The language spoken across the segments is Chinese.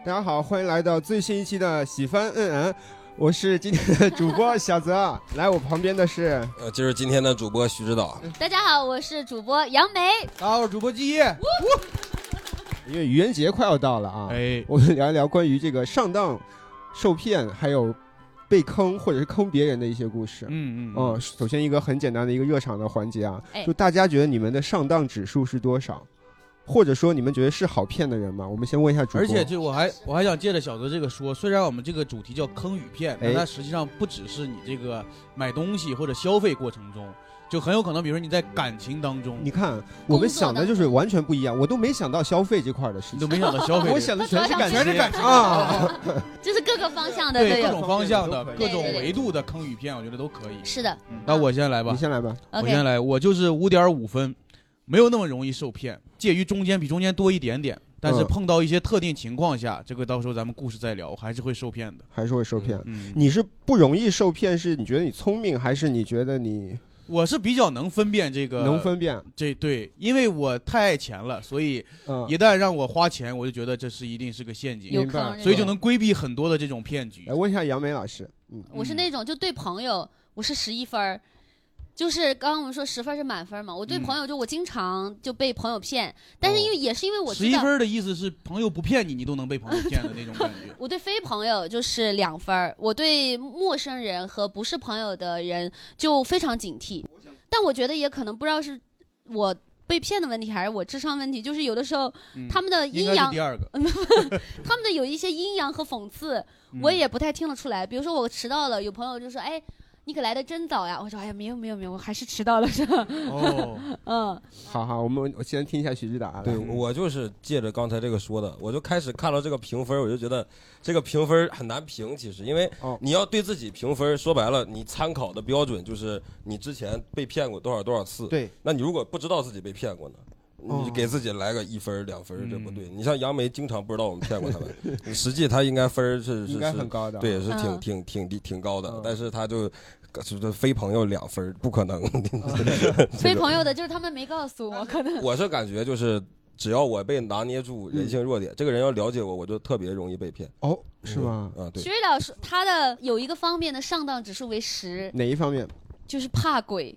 大家好，欢迎来到最新一期的喜番我是今天的主播小泽，来我旁边的是就是今天的主播徐指导。 大家好，我是主播杨梅。 大家好，我是主播基业。 因为愚人节快要到了啊，我们聊一聊关于这个上当、受骗，还有被坑或者是坑别人的一些故事。首先一个很简单的一个热场的环节啊，就大家觉得你们的上当指数是多少？或者说你们觉得是好骗的人吗？我们先问一下主播。 而且我还想借着小泽这个说，虽然我们这个主题叫坑与骗，但它实际上不只是你这个买东西或者消费过程中，就很有可能比如说你在感情当中， 你看我们想的就是完全不一样，我都没想到消费这块的事情， 你都没想到消费， 我想的全是感情啊，就是各个方向的， 对各种方向的各种维度的坑与骗，我觉得都可以。 是的， 那我先来吧， 你先来吧， 我先来，我就是5.5分。没有那么容易受骗，介于中间，比中间多一点点。但是碰到一些特定情况下，这个到时候咱们故事再聊，还是会受骗的， 还是会受骗。你是不容易受骗，是你觉得你聪明，还是你觉得你？ 我是比较能分辨这个， 能分辨这对，因为我太爱钱了，所以一旦让我花钱，我就觉得这是一定是个陷阱， 明白， 所以就能规避很多的这种骗局。 来问一下杨梅老师， 我是那种就对朋友，我是11分。就是刚刚我们说10分是满分嘛，我对朋友就我经常就被朋友骗，但是也是因为我知道 11分的意思是朋友不骗你，你都能被朋友骗的那种感觉。 我对非朋友就是2分，我对陌生人和不是朋友的人就非常警惕。但我觉得也可能不知道是我被骗的问题还是我智商问题，就是有的时候他们的阴阳， 第二个他们的有一些阴阳和讽刺，我也不太听得出来。比如说我迟到了，有朋友就说：“哎。”你可来的真早呀！我说，哎呀，没有，我还是迟到了，是吧？ 好，我先听一下徐指导啊。 对，我就是借着刚才这个说的，我就开始看到这个评分，我就觉得这个评分很难评，其实，因为你要对自己评分，说白了，你参考的标准就是你之前被骗过多少次。 对， 那你如果不知道自己被骗过呢？你给自己来个1分2分，这不对。你像杨梅经常不知道我们骗过他们，实际他应该分是应该很高的， 对，是挺高的，但是他就非朋友2分，不可能。 非朋友的就是他们没告诉我，可能我是感觉就是只要我被拿捏住人性弱点，这个人要了解我，我就特别容易被骗。 哦，是吗？ 对。 徐老师他的有一个方面的上当指数为10， 哪一方面？ 就是怕鬼。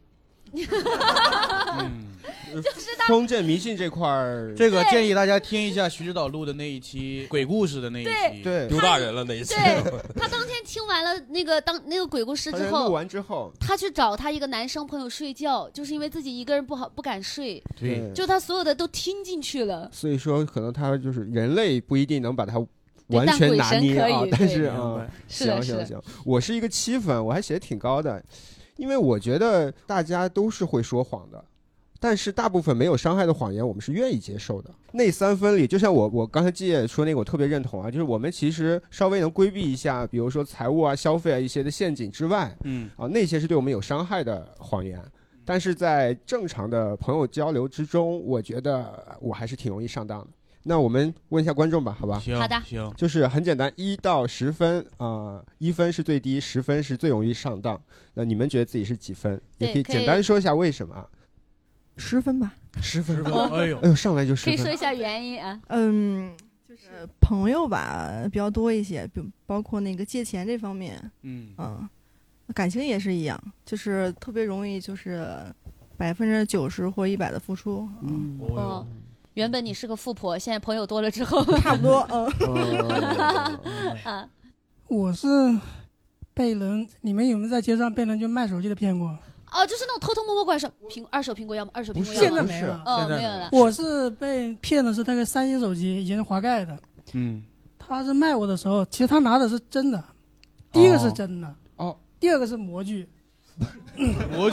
就是封建迷信这块儿， 这个建议大家听一下徐指导录的那一期鬼故事的那一期， 对， 丢大人了那一期。 他当天听完了那个鬼故事之后， 录完之后， 他去找他一个男生朋友睡觉，就是因为自己一个人不敢睡， 对， 就他所有的都听进去了。 所以说，可能他就是人类不一定能把他完全拿捏啊，但是行，我是一个7分，我还写得挺高的。因为我觉得大家都是会说谎的，但是大部分没有伤害的谎言我们是愿意接受的。那3分里，就像我刚才季业说那个，我特别认同啊，就是我们其实稍微能规避一下，比如说财务啊、消费啊一些的陷阱之外，那些是对我们有伤害的谎言。但是在正常的朋友交流之中，我觉得我还是挺容易上当的。那我们问一下观众吧，好吧？ 行， 好的， 行， 就是很简单，1到10分1分是最低，10分是最容易上当。那你们觉得自己是几分？也可以简单说一下为什么。 10分吧 ，10分。 哎呦， 上来就10分。 可以说一下原因啊？ 就是朋友吧比较多一些，包括那个借钱这方面，感情也是一样，就是特别容易就是90%或100%的付出。 原本你是个富婆，现在朋友多了之后， 差不多。 我是被人，你们有没有在街上被人就卖手机的骗过？ 就是那种偷偷摸摸过来说二手苹果要吗？二手苹果要吗？ 现在没了， 没有了。 我是被骗的是那个3星手机，以前是滑盖的。他是卖我的时候，其实他拿的是真的，第一个是真的，第二个是模具。 模具。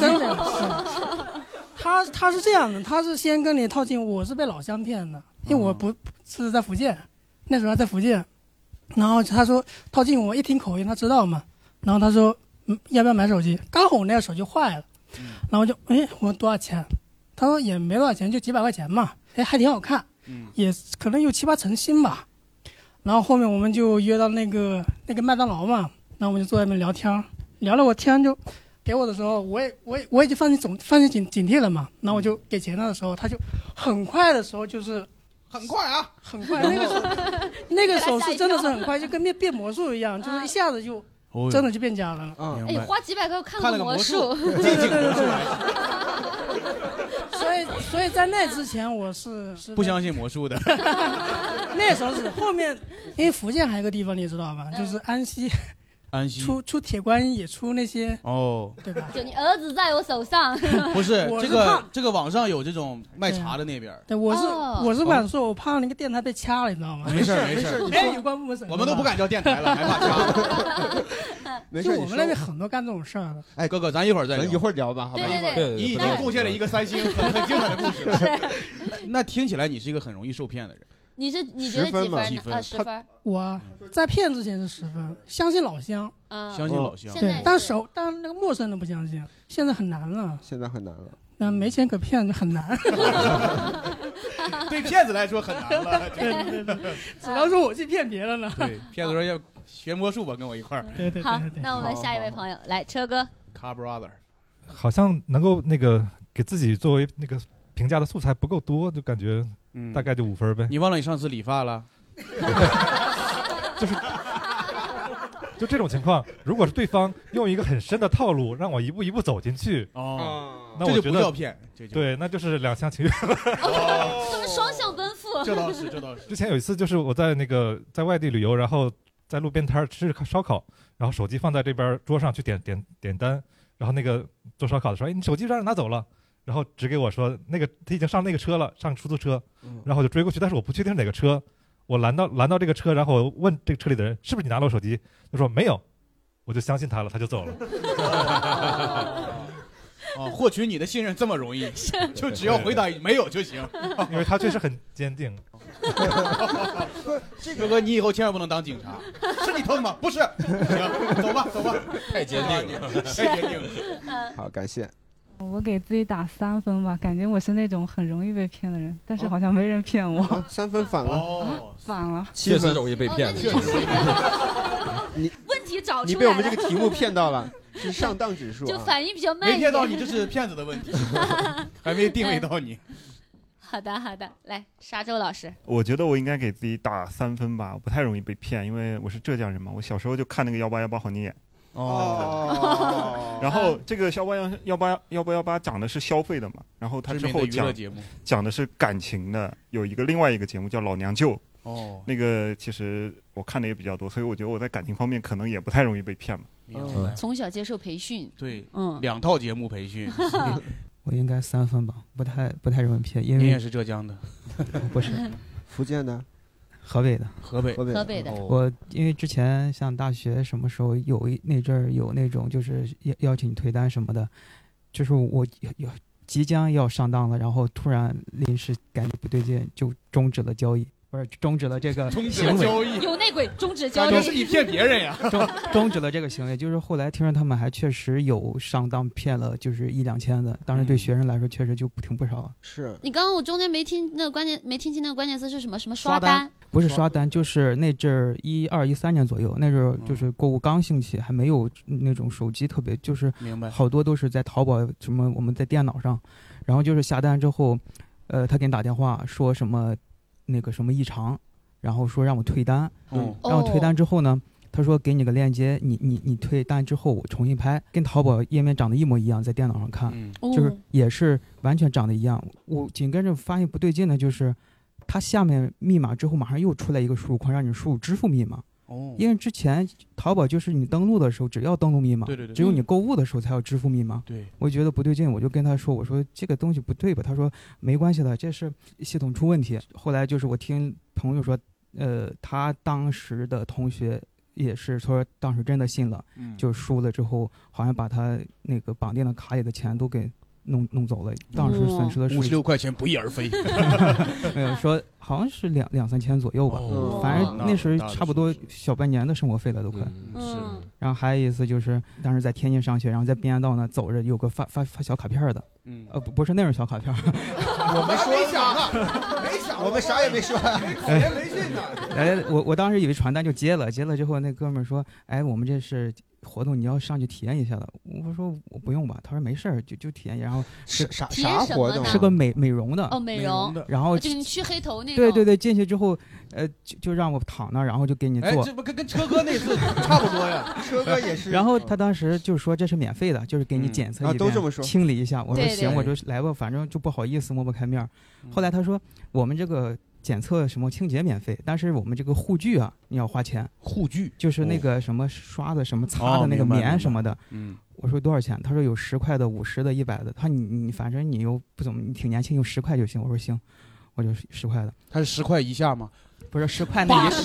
他是这样的，他是先跟你套近乎，我是被老乡骗的，因为我不是在福建，那时候还在福建，然后他说套近乎，我一听口音他知道嘛，然后他说要不要买手机，刚好我那个手机坏了，然后就我说多少钱，他说也没多少钱，就几百块钱嘛，还挺好看，也可能有7、8成新吧，然后后面我们就约到那个麦当劳嘛，然后我们就坐在那边聊天，聊了我天就。给我的时候，我也就放弃警惕了嘛。然后我就给钱他的时候，他就很快的时候就是很快啊， 很快，那个手势真的是很快，就跟变魔术一样，就是一下子就真的就变假了。 哎，花几百块看了个魔术， 近景魔术。 所以在那之前我是不相信魔术的。 那时候是后面，因为福建还有个地方你知道吧，就是安溪出铁观音也出那些对吧？ 就你儿子在我手上。 不是这个网上有这种卖茶的那边。 对，我是不敢说，我怕那个电台被掐了，你知道吗？ 没事。 哎，有关部门审， 我们都不敢叫电台了，害怕掐。 没事，我们那边很多干这种事儿的。 哎，哥哥，咱一会儿再聊， 一会儿聊吧，好吧？ 对， 你已经贡献了一个3星很精彩的故事。那听起来你是一个很容易受骗的人。 你觉得几分？10分。 我在骗之前是10分，相信老乡。 相信老乡。 对，但那个陌生人不相信，现在很难了。 现在很难了。 那没钱可骗就很难。 对骗子来说很难了。 对，只能说我去骗别人了。 对，骗子说要学魔术吧，跟我一块儿。 对。 好，那我们下一位朋友来，车哥。 Car Brother， 好像能够给自己作为评价的素材不够多，就感觉大概就5分呗。 你忘了你上次理发了？ 就这种情况，如果是对方用一个很深的套路让我一步一步走进去，那我觉得这就不叫骗， 对，那就是两厢情愿了。 他们双向奔赴。 这倒是。 之前有一次就是我在外地旅游，然后在路边摊吃烧烤，然后手机放在这边桌上去点单，然后那个做烧烤的说：“哎，你手机让人拿走了。”然后指给我说：“他已经上那个车了，上出租车。”然后我就追过去，但是我不确定是哪个车。我拦到这个车，然后我问这个车里的人：“是不是你拿了我手机？”他说：“没有。”我就相信他了，他就走了。 获取你的信任这么容易，就只要回答没有就行。 因为他确实很坚定。 哥哥，你以后千万不能当警察。是你偷的吗？不是。行，走吧。 太坚定了， 太坚定了。 好，感谢。 我给自己打3分吧，感觉我是那种很容易被骗的人，但是好像没人骗我。 3分反了， 反了， 确实容易被骗。 你问题找出来了， 你被我们这个题目骗到了，是上当指数， 就反应比较慢。 没骗到你，这是骗子的问题，还没定位到你。 好的，来，沙洲老师。 我觉得我应该给自己打3分吧，我不太容易被骗，因为我是浙江人嘛，我小时候就看那个1818好你眼。然后这个1818讲的是消费的嘛，然后他之后讲的是感情的，有另外一个节目叫老娘舅。那个其实我看的也比较多，所以我觉得我在感情方面可能也不太容易被骗嘛。 从小接受培训， 对，2套节目培训。 我应该3分吧，不太容易骗，因为你也是浙江的， 不是， 福建的。 河北的， 河北的。 我因为之前像大学什么时候那阵儿有那种就是邀请你退单什么的，就是我即将要上当了，然后突然临时感觉不对劲，就终止了交易。不是终止了这个行为， 有内鬼，终止交易， 感觉是你骗别人呀。 终止了这个行为，就是后来听说他们还确实有上当骗了，就是1、2千的，当然对学生来说确实就挺不少。 是你刚刚我中间没听清那个关键词是什么刷单？ 不是刷单，就是那阵儿12、13年左右，那阵儿就是购物刚兴起，还没有那种手机特别，就是好多都是在淘宝什么我们在电脑上，然后就是下单之后，他给你打电话说什么。那个什么异常，然后说让我退单，让我退单之后呢，他说给你个链接，你退单之后我重新拍，跟淘宝页面长得一模一样，在电脑上看，就是也是完全长得一样。我紧跟着发现不对劲的就是，它下面密码之后马上又出来一个输入框，让你输入支付密码。因为之前淘宝就是你登录的时候只要登录密码，只有你购物的时候才要支付密码。我觉得不对劲，我就跟他说，我说这个东西不对吧？他说没关系的，这是系统出问题。后来就是我听朋友说，他当时的同学也是说当时真的信了，就输了之后好像把他那个绑定的卡里的钱都给弄走了，当时损失的是 56块钱不翼而飞。 没有说好像是2、3千左右吧，反正那时候差不多小半年的生活费了都快。 是。 然后还有一次就是当时在天津上学，然后在滨江道呢走着，有个发小卡片的，不是那种小卡片。 我们说呢，我们啥也没说， 考研培训呢。 我当时以为传单就接了之后，那哥们儿说，哎，我们这是活动你要上去体验一下的。我说我不用吧，他说没事儿，就体验。然后啥活动？ 是个美容的。 哦，美容。 然后就你去黑头那种。 对对对，进去之后，就让我躺那，然后就给你做。 这不跟车哥那次差不多呀？ 车哥也是。 然后他当时就说这是免费的，就是给你检测一遍， 都这么说， 清理一下。我说行， 对我就来吧，反正就不好意思抹不开面。后来他说我们这个检测什么清洁免费，但是我们这个护具啊你要花钱。 护具就是那个什么刷的什么擦的那个棉什么的。我说多少钱？他说有10块的、50的、100的。他你反正你又不怎么，你挺年轻，用10块就行。我说行，我就10块的。 他是10块一下吗？ 不是10块那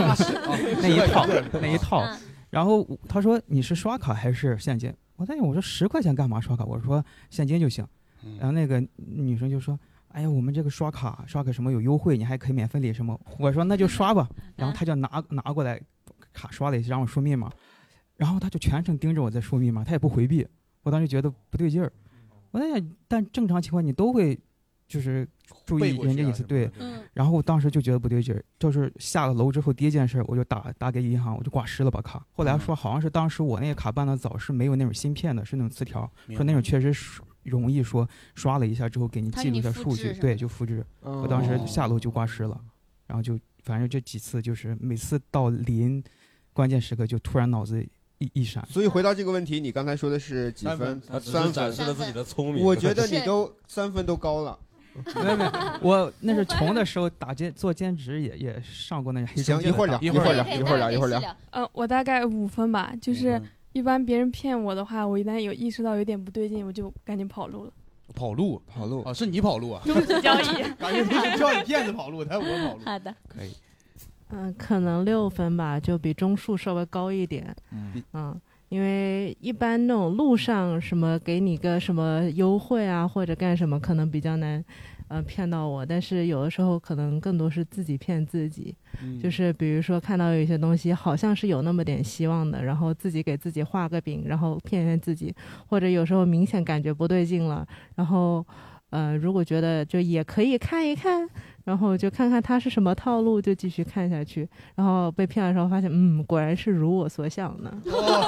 80 那一套。然后他说你是刷卡还是现金？我说10块钱干嘛刷卡？我说现金就行。然后那个女生就说。哎呀，我们这个刷卡什么有优惠，你还可以免费领什么？我说那就刷吧。然后他就拿过来，卡刷了一下，让我输密码。然后他就全程盯着我在输密码，他也不回避。我当时觉得不对劲儿。我在想，但正常情况你都会就是注意人家隐私，对。然后我当时就觉得不对劲儿，就是下了楼之后第一件事我就打给银行，我就挂失了把卡。后来说好像是当时我那个卡办的早，是没有那种芯片的，是那种磁条，说那种确实是。容易说刷了一下之后给你记录一下数据，对，就复制。我当时下楼就挂失了，然后就反正这几次就是每次到临关键时刻就突然脑子一闪。 所以回到这个问题，你刚才说的是几分？ 他只是展示了自己的聪明。 我觉得你都3分都高了。 没，我那是穷的时候做兼职也上过那个黑行，一会儿聊。 我大概5分吧，就是。一般别人骗我的话，我一旦有意识到有点不对劲，我就赶紧跑路了。 跑路啊，是你跑路啊？ 终止交易， 感觉是叫你骗子跑路，才我跑路。 好的， 可以。 可能6分吧，就比中数稍微高一点。因为一般那种路上什么给你个什么优惠啊，或者干什么，可能比较难。骗到我，但是有的时候可能更多是自己骗自己，就是比如说看到有一些东西好像是有那么点希望的，然后自己给自己画个饼，然后骗自己，或者有时候明显感觉不对劲了，然后如果觉得就也可以看一看，然后就看看它是什么套路，就继续看下去，然后被骗的时候发现果然是如我所想的。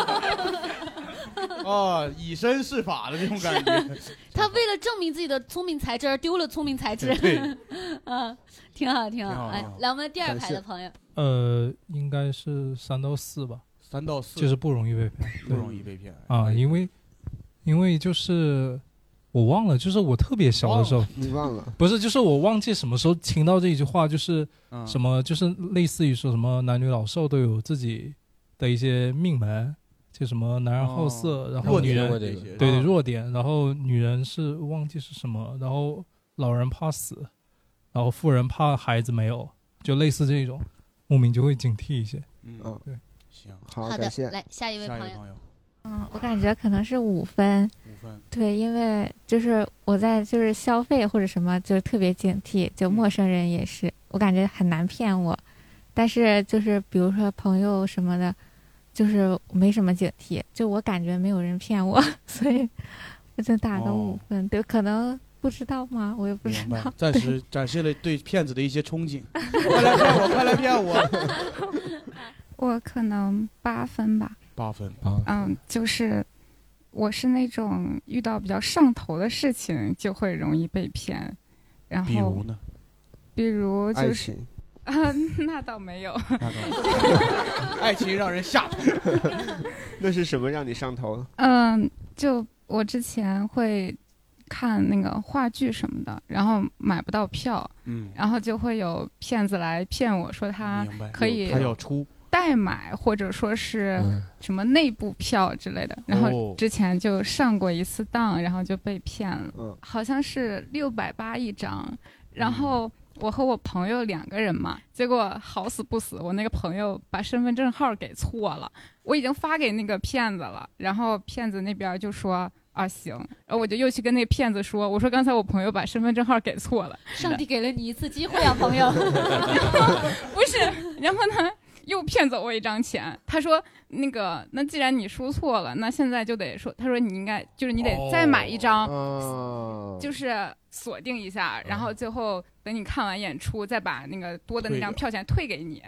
以身试法的这种感觉。 他为了证明自己的聪明才智而丢了聪明才智。 对， 挺好。哎，来我们第2排的朋友。 应该是3到4吧。 3到4 就是不容易被骗， 不容易被骗啊，因为就是我忘了，就是我特别小的时候， 你忘了？ 不是，就是我忘记什么时候听到这一句话，就是什么，就是类似于说什么男女老少都有自己的一些命门。就什么男人好色，然后女人对弱点，然后女人是忘记是什么，然后老人怕死，然后妇人怕孩子没有，就类似这种，莫名就会警惕一些。 对， 行， 好，感谢。 来下一位朋友。 我感觉可能是5分。对，因为就是我在就是消费或者什么，就是特别警惕，就陌生人也是，我感觉很难骗我，但是就是比如说朋友什么的。就是没什么警惕，就我感觉没有人骗我，所以我就打个5分。对，可能不知道吗？我也不知道。 暂时展示了对骗子的一些憧憬。快来骗我，快来骗我！ 我可能8分吧。 8分。 就是我是那种遇到比较上头的事情就会容易被骗，然后比如呢？ 比如就是。那倒没有。 爱情让人下头。 那是什么让你上头？ 就我之前会看那个话剧什么的，然后买不到票，然后就会有骗子来骗我说他可以他要出代买，或者说是什么内部票之类的。然后之前就上过一次当，然后就被骗了，好像是680一张，然后。我和我朋友2个人嘛，结果好死不死，我那个朋友把身份证号给错了，我已经发给那个骗子了，然后骗子那边就说行，然后我就又去跟那个骗子说，我说刚才我朋友把身份证号给错了。 上帝给了你一次机会啊，朋友。 不是，然后呢又骗走我1张钱，他说那既然你输错了，那现在就得说，他说你应该就是你得再买1张，就是锁定一下，然后最后等你看完演出再把那个多的那张票钱退给你。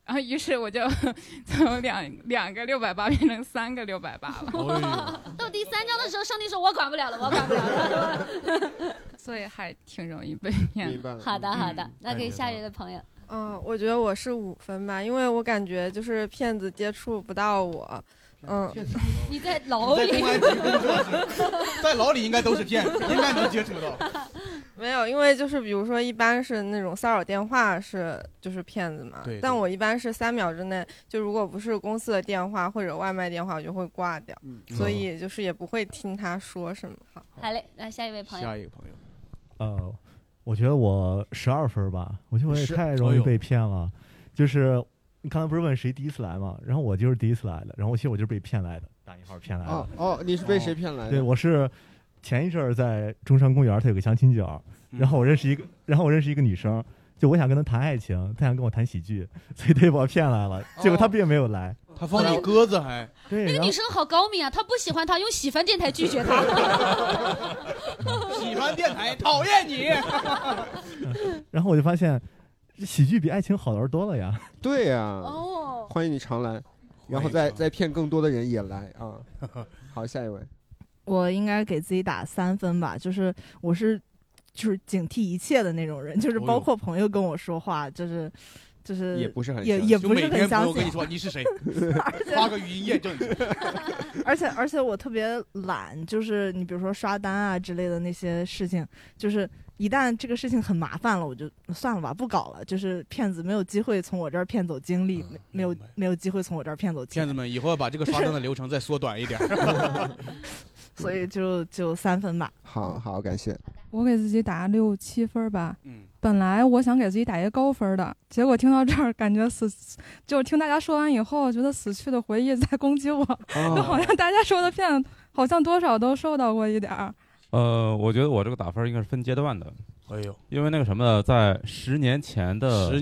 然后于是我就从两个680变成3个680了。 到第3章的时候，上帝说我管不了了，我管不了了。 所以还挺容易被骗。 明白了。 好的好的，那给下一位朋友。 我觉得我是5分吧，因为我感觉就是骗子接触不到我。 你在牢里， 在牢里应该都是骗子，应该能接触到。 没有，因为就是比如说，一般是那种骚扰电话就是骗子嘛。 对。 但我一般是3秒之内，就如果不是公司的电话或者外卖电话，我就会挂掉。所以就是也不会听他说什么。 好嘞，那下一位朋友。 下一个朋友。 我觉得我12分吧，我觉得我也太容易被骗了。就是你刚才不是问谁第一次来吗？然后我就是第一次来的，然后其实我就是被骗来的，打引号骗来的。 你是被谁骗来的？ 对，我是前一阵儿在中山公园，他有个相亲角，然后我认识一个女生，就我想跟她谈爱情，她想跟我谈喜剧，所以她就把我骗来了。结果她并没有来， 她放你鸽子还。 对， 那个女生好高明啊，她不喜欢他，用喜番电台拒绝他。 喜番电台讨厌你。 然后我就发现，喜剧比爱情好玩多了呀。 对呀。欢迎你常来，然后再骗更多的人也来啊。好，下一位。 我应该给自己打3分吧，就是我是警惕一切的那种人，就是包括朋友跟我说话，就是也不是很也不是很相信。 我跟你说你是谁，发个语音验证。 而且我特别懒，就是你比如说刷单啊之类的那些事情，就是一旦这个事情很麻烦了，我就算了吧，不搞了。就是骗子没有机会从我这儿骗走精力，没有机会从我这儿骗走钱。 骗子们以后要把这个刷单的流程再缩短一点。 所以就3分吧。 好，感谢。 我给自己打6、7分吧。本来我想给自己打一个高分的，结果听到这儿，感觉就是听大家说完以后，觉得死去的回忆在攻击我，就好像大家说的骗，好像多少都受到过一点儿。 我觉得我这个打分应该是分阶段的。因为那个什么，在10年前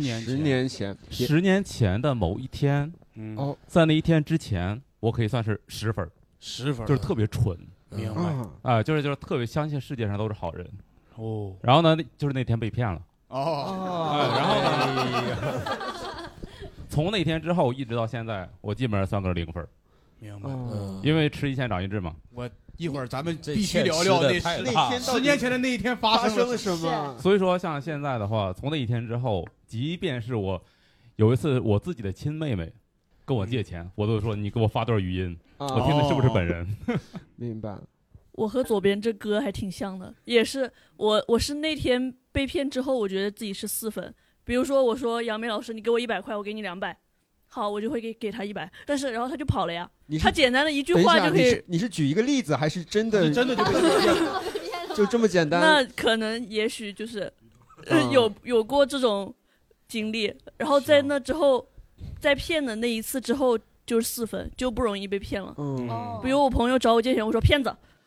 的某一天，在那一天之前，我可以算是10分，10分，就是特别蠢。 明白就是特别相信世界上都是好人。然后呢，就是那天被骗了。然后呢，从那天之后一直到现在，我基本上算个0分。 明白。 因为吃1堑长1智嘛。 我一会儿咱们必须聊聊那10年前的那一天发生了什么。 所以说，像现在的话，从那一天之后，即便是我有一次我自己的亲妹妹跟我借钱，我都说你给我发段语音，我听的是不是本人。 明白。 我和左边这歌还挺像的，也是我是那天被骗之后，我觉得自己是4分。比如说我说杨梅老师，你给我100块，我给你200，好，我就会给他100，但是然后他就跑了呀。他简单的一句话就可以。 你是举一个例子还是真的？ 真的就被骗， 就这么简单？ 那可能也许就是有过这种经历，然后在那之后，在骗的那一次之后就是4分，就不容易被骗了。比如我朋友找我借钱，我说骗子。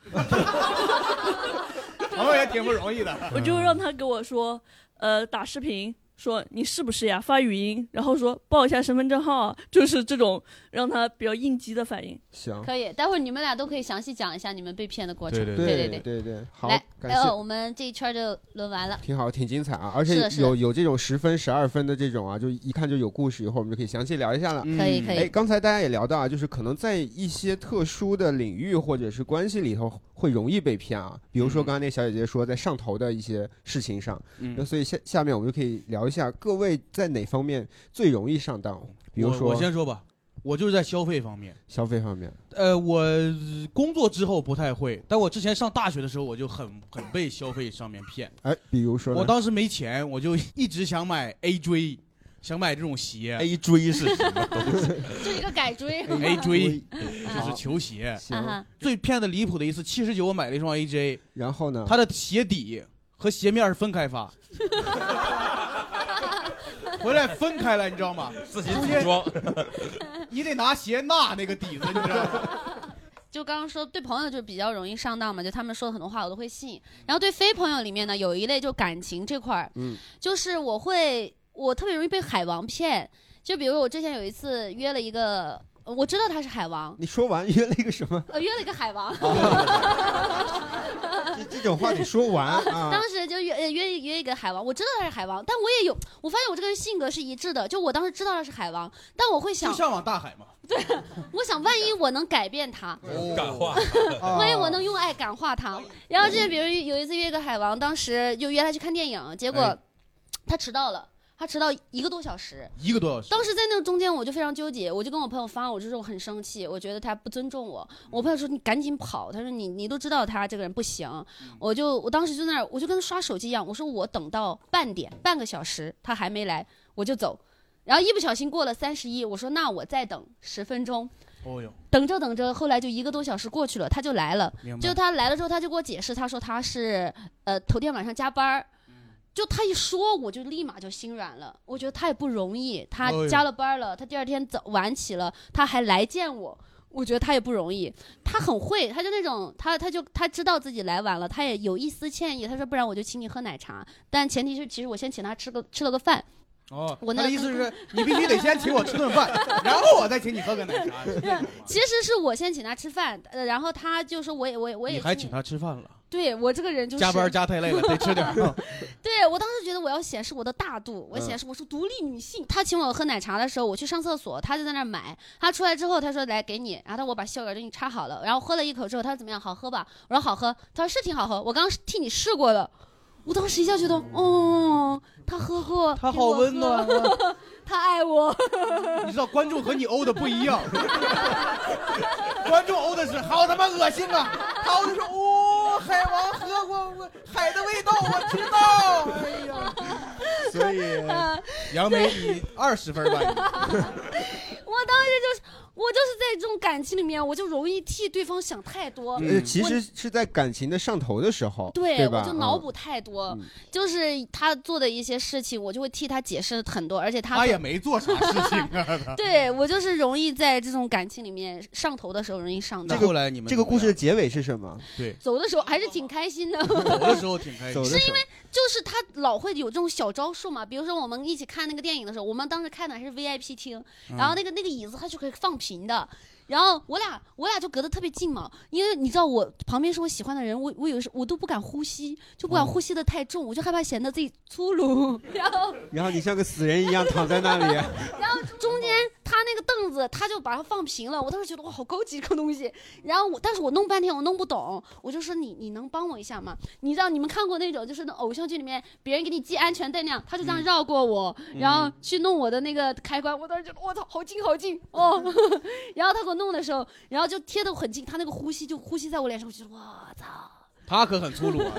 朋友也挺不容易的。 我就让他给我说，打视频说你是不是呀？发语音，然后说报一下身份证号，就是这种让他比较应激的反应。 行， 可以，待会儿你们俩都可以详细讲一下你们被骗的过程。 对，好， 来， 感谢。 我们这一圈就轮完了， 挺好，挺精彩啊！而且有这种10分、12分的这种啊，就一看就有故事，一会儿我们就可以详细聊一下了。 可以。 刚才大家也聊到啊，就是可能在一些特殊的领域或者是关系里头会容易被骗啊，比如说刚刚那小姐姐说在上头的一些事情上，那所以下面我们就可以聊一下各位在哪方面最容易上当。比如说我先说吧，我就是在消费方面。我工作之后不太会，但我之前上大学的时候我就很被消费上面骗。 比如说呢， 我当时没钱，我就一直想买 A 锥，想买这种鞋。 A 锥是什么东西？ 就一个改锥。 A 锥就是球鞋。最骗的离谱的一次，79我买了一双 AJ， 然后呢， 它的鞋底和鞋面是分开发。回来分开了，你知道吗？ 自己组装， 你得拿鞋纳那个底子，你知道吗？ 就刚刚说对朋友就比较容易上当嘛，就他们说的很多话我都会信。然后对非朋友里面呢，有一类就感情这块儿，就是我特别容易被海王骗。就比如我之前有一次约了一个我知道他是海王。 你说完约了一个什么？ 约了一个海王。 这种话你说完啊？ 当时就约一个海王，我知道他是海王，但我也有，我发现我这个人性格是一致的，就我当时知道他是海王，但我会想向往大海嘛。 对，我想万一我能改变他， 感化， 万一我能用爱感化他。然后比如有一次约一个海王，当时就约他去看电影，结果他迟到了。他迟到1个多小时 ，1个多小时。 当时在那个中间，我就非常纠结，我就跟我朋友发，我就说我很生气，我觉得他不尊重我。我朋友说你赶紧跑，他说你都知道他这个人不行。我当时就在那儿，我就跟刷手机一样，我说我等到半个小时他还没来，我就走。然后一不小心过了31，我说那我再等10分钟。 哦哟， 等着，后来就1个多小时过去了，他就来了。就他来了之后，他就给我解释，他说他是头天晚上加班。就他一说，我就立马就心软了。我觉得他也不容易，他加了班了，他第二天晚起了，他还来见我。我觉得他也不容易，他很会，他就那种他知道自己来晚了，他也有一丝歉意。他说不然我就请你喝奶茶，但前提是其实我先请他吃了个饭。 他的意思是你必须得先请我吃顿饭，然后我再请你喝个奶茶。 其实是我先请他吃饭，然后他就说我也你还请他吃饭了。 对，我这个人就是加班加太累了，得吃点。 对，我当时觉得我要显示我的大度，我显示我是独立女性。他请我喝奶茶的时候，我去上厕所，他就在那儿买。他出来之后，他说来给你，然后我把笑脸给你插好了，然后喝了一口之后，他说怎么样，好喝吧？我说好喝。他说是挺好喝，我刚刚替你试过了。我当时一下觉得，他喝过， 他好温暖啊， 他爱我。 你知道观众和你欧的不一样，观众欧的是好他妈恶心啊，他欧的说海王喝过海的味道，我知道。哎呀， 所以杨梅你20分吧。 我当时就是在这种感情里面，我就容易替对方想太多。 其实是在感情的上头的时候，对吧？ 我就脑补太多，就是他做的一些事情，我就会替他解释很多，而且他也没做啥事情啊。 对，我就是容易在这种感情里面上头的时候容易上当。 后来你们这个故事的结尾是什么？ 对， 走的时候还是挺开心的。 走的时候挺开心， 是因为就是他老会有这种小招数嘛。比如说我们一起看那个电影的时候，我们当时看的还是 VIP 厅，然后那个椅子它就可以放平的。然后我俩就隔得特别近嘛，因为你知道我旁边是我喜欢的人，我有时我都不敢呼吸，就不敢呼吸的太重，我就害怕显得自己粗鲁。 然后你像个死人一样躺在那里。 然后中间他那个凳子，他就把它放平了。我当时觉得哇，好高级这个东西。然后但是我弄半天我弄不懂，我就说你能帮我一下吗？你知道你们看过那种就是那偶像剧里面别人给你系安全带那样，他就这样绕过我，然后去弄我的那个开关。我当时觉得我操，好近好近哦。然后他给我弄的时候，然后就贴得很近，他那个呼吸就呼吸在我脸上，我就觉得我操， 他可很粗鲁啊。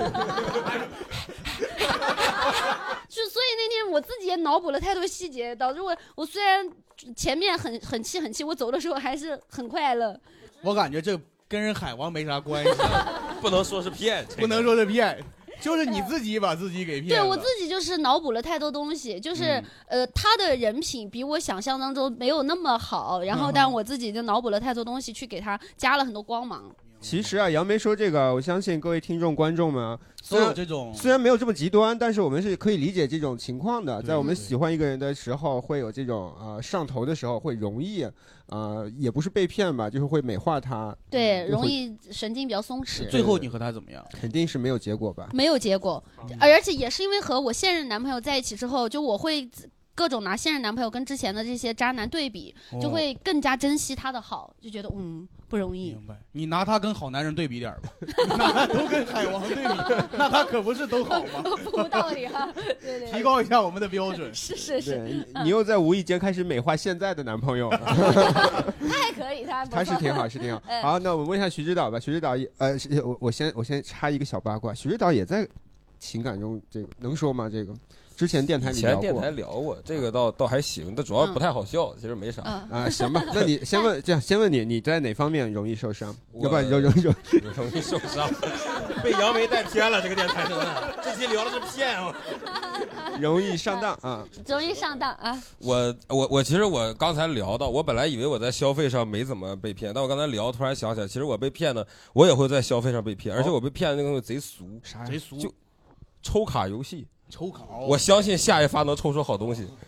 就所以那天我自己也脑补了太多细节，导致我虽然前面很气，我走的时候还是很快乐。 我感觉这跟人海王没啥关系。 不能说是骗， 不能说是骗。就是你自己把自己给骗了。 对，我自己就是脑补了太多东西，就是他的人品比我想象当中没有那么好，然后但我自己就脑补了太多东西，去给他加了很多光芒。 其实啊，杨梅说这个，我相信各位听众观众们都有这种， 虽然没有这么极端，但是我们是可以理解这种情况的。在我们喜欢一个人的时候，会有这种上头的时候，会容易也不是被骗吧，就是会美化他。 对，容易神经比较松弛。 最后你和他怎么样？ 肯定是没有结果吧？ 没有结果，而且也是因为和我现任男朋友在一起之后，就我会各种拿现任男朋友跟之前的这些渣男对比，就会更加珍惜他的好，就觉得不容易。 明白。你拿他跟好男人对比点吧，拿他都跟海王对比，那他可不是都好吗？ 不无道理啊！对， 提高一下我们的标准。 是。 你又在无意间开始美化现在的男朋友。 他还可以，他是挺好，是挺好。好，那我问一下徐指导吧。徐指导，我先插一个小八卦，徐指导也在情感中，这个能说吗？这个？之前电台里聊过，这个倒还行，但主要不太好笑，其实没啥行吧，那你先问，先问你在哪方面容易受伤？要不然容易受伤，被杨梅带偏了。这个电台真的，这期聊的是骗啊， 容易上当啊， 容易上当啊。 我其实我刚才聊到，我本来以为我在消费上没怎么被骗，但我刚才突然想起来，其实我被骗的，我也会在消费上被骗，而且我被骗的那个东西贼俗， 啥贼俗？ 就抽卡游戏。 抽卡， 我相信下一发能抽出好东西。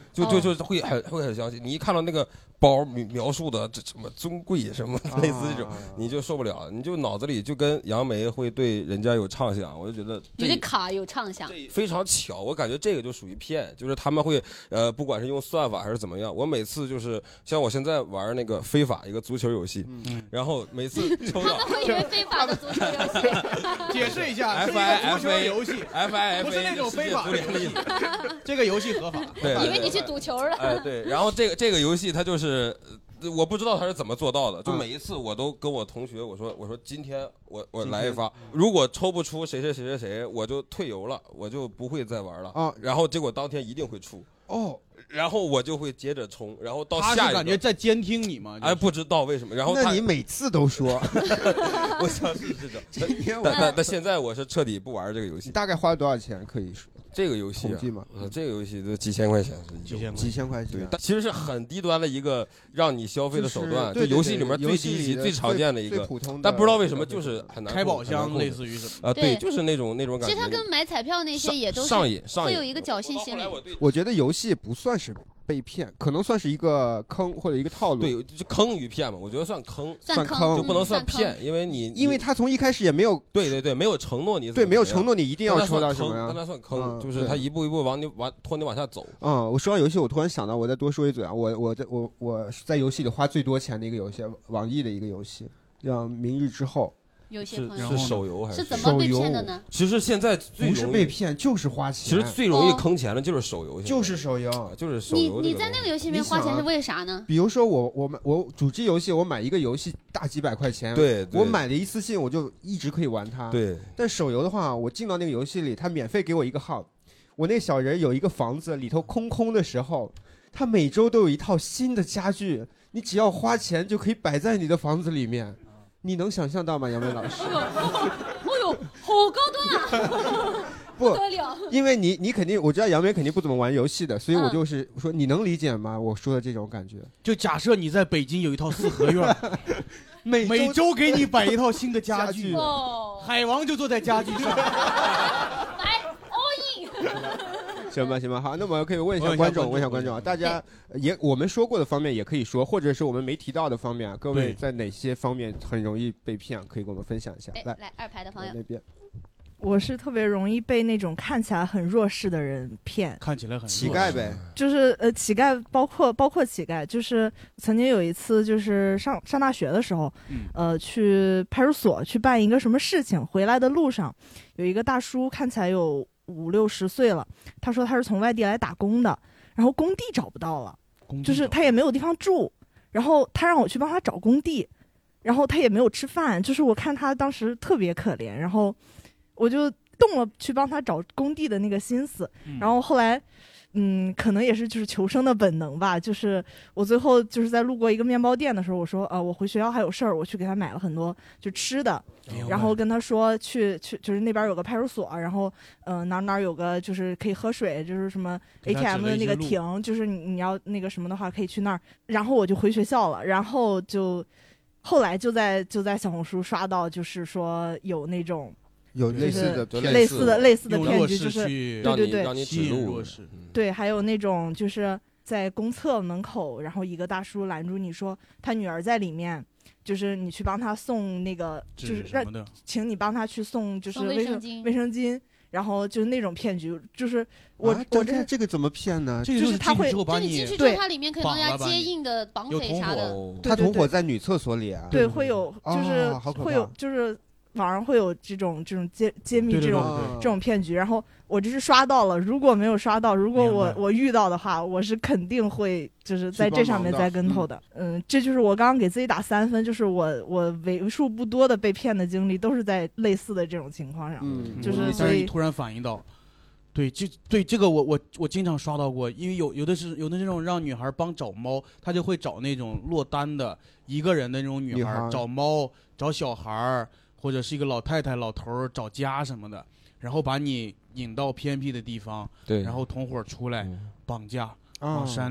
就会很相信。你一看到那个包描述的这什么尊贵什么类似这种，你就受不了，你就脑子里就跟杨梅会对人家有畅想，我就觉得你对卡有畅想， 非常巧。我感觉这个就属于骗，就是他们会不管是用算法还是怎么样，我每次就是像我现在玩那个非法一个足球游戏，然后每次抽到他们会以为非法的足球游戏， 解释一下，是一个足球游戏 ，FIFA 不是那种非法的游戏，这个游戏合法， 对， 以为你去赌球了， 哎对，然后这个游戏它就是我不知道他是怎么做到的，就每一次我都跟我同学我说今天我来一发，如果抽不出谁，我就退游了，我就不会再玩了啊。然后结果当天一定会出哦，然后我就会接着冲，然后到下一个他是感觉在监听你吗？ 哎，不知道为什么。然后那你每次都说， 我想是这种。今天但现在我是彻底不玩这个游戏。 大概花了多少钱？可以说这个游戏统计吗？ 这个游戏都几千块钱， 几千块钱。 对，但其实是很低端的一个让你消费的手段，就游戏里面最低级、最常见的一个，但不知道为什么就是很难开宝箱，类似于什么啊？对，就是那种感觉。 其实它跟买彩票那些也都是上瘾， 会有一个侥幸心理。 我觉得游戏不算是被骗，可能算是一个坑或者一个套路。 对，就坑与骗嘛，我觉得算坑， 算坑就不能算骗，因为他从一开始也没有对没有承诺你， 对，没有承诺你一定要抽到什么呀？ 但他算坑，就是他一步一步拖你往下走。 我说到游戏，我突然想到，我再多说一嘴啊，我在游戏里花最多钱的一个游戏，网易的一个游戏叫《明日之后》。 有些朋友是手游还是怎么被骗的呢？ 其实现在不是被骗就是花钱。 其实最容易坑钱的就是手游， 就是手游， 就是手游。 你在那个游戏里面花钱是为啥呢？ 比如说我主机游戏，我买一个游戏大几百块钱， 对， 我买了一次性我就一直可以玩它。 对。 但手游的话，我进到那个游戏里，他免费给我一个号，我那小人有一个房子里头空的时候，他每周都有一套新的家具，你只要花钱就可以摆在你的房子里面。你能想象到吗，杨梅老师？ 哦呦，好高端啊！ 不得了， 因为你肯定，我知道杨梅肯定不怎么玩游戏的，所以我就是说，你能理解吗？我说的这种感觉。 就假设你在北京有一套四合院，每周给你摆一套新的家具，海王就坐在家具上。 来 all in。 行吧，好，那我可以问一下观众啊，大家我们说过的方面也可以说，或者是我们没提到的方面，各位在哪些方面很容易被骗，可以跟我们分享一下。 来二排的朋友那边。 我是特别容易被那种看起来很弱势的人骗， 看起来很乞丐呗， 就是乞丐，包括乞丐，就是曾经有一次就是上大学的时候，去派出所去办一个什么事情，回来的路上有一个大叔看起来有50-60岁了，他说他是从外地来打工的，然后工地找不到了，就是他也没有地方住，然后他让我去帮他找工地，然后他也没有吃饭，就是我看他当时特别可怜，然后我就动了去帮他找工地的那个心思，然后后来可能也是就是求生的本能吧，就是我最后就是在路过一个面包店的时候，我说我回学校还有事儿，我去给他买了很多就吃的，然后跟他说去就是那边有个派出所，然后哪有个就是可以喝水，就是什么 ATM 的那个亭，就是你要那个什么的话可以去那儿，然后我就回学校了，然后就后来就在小红书刷到，就是说有那种。 有类似的骗局，就是对让你指路， 对，还有那种就是在公厕门口，然后一个大叔拦住你说他女儿在里面，就是你去帮他送那个，就是请你帮他去送就是卫生巾，然后就是那种骗局，就是我这个怎么骗呢？ 就是他会就你进去之后，他里面可能要接应的绑匪啥的， 他同伙在女厕所里啊， 对，会有就是会有就是。网上会有这种揭秘这种骗局，然后我这是刷到了，如果没有刷到，如果我遇到的话，我是肯定会就是在这上面栽跟头的。这就是我刚刚给自己打3分，就是我为数不多的被骗的经历都是在类似的这种情况上，就是所以突然反应到。对这个我经常刷到过，因为有的那种让女孩帮找猫，她就会找那种落单的一个人的那种女孩找猫找小孩或者是一个老太太老头找家什么的，然后把你引到偏僻的地方， 对， 然后同伙出来绑架往山里，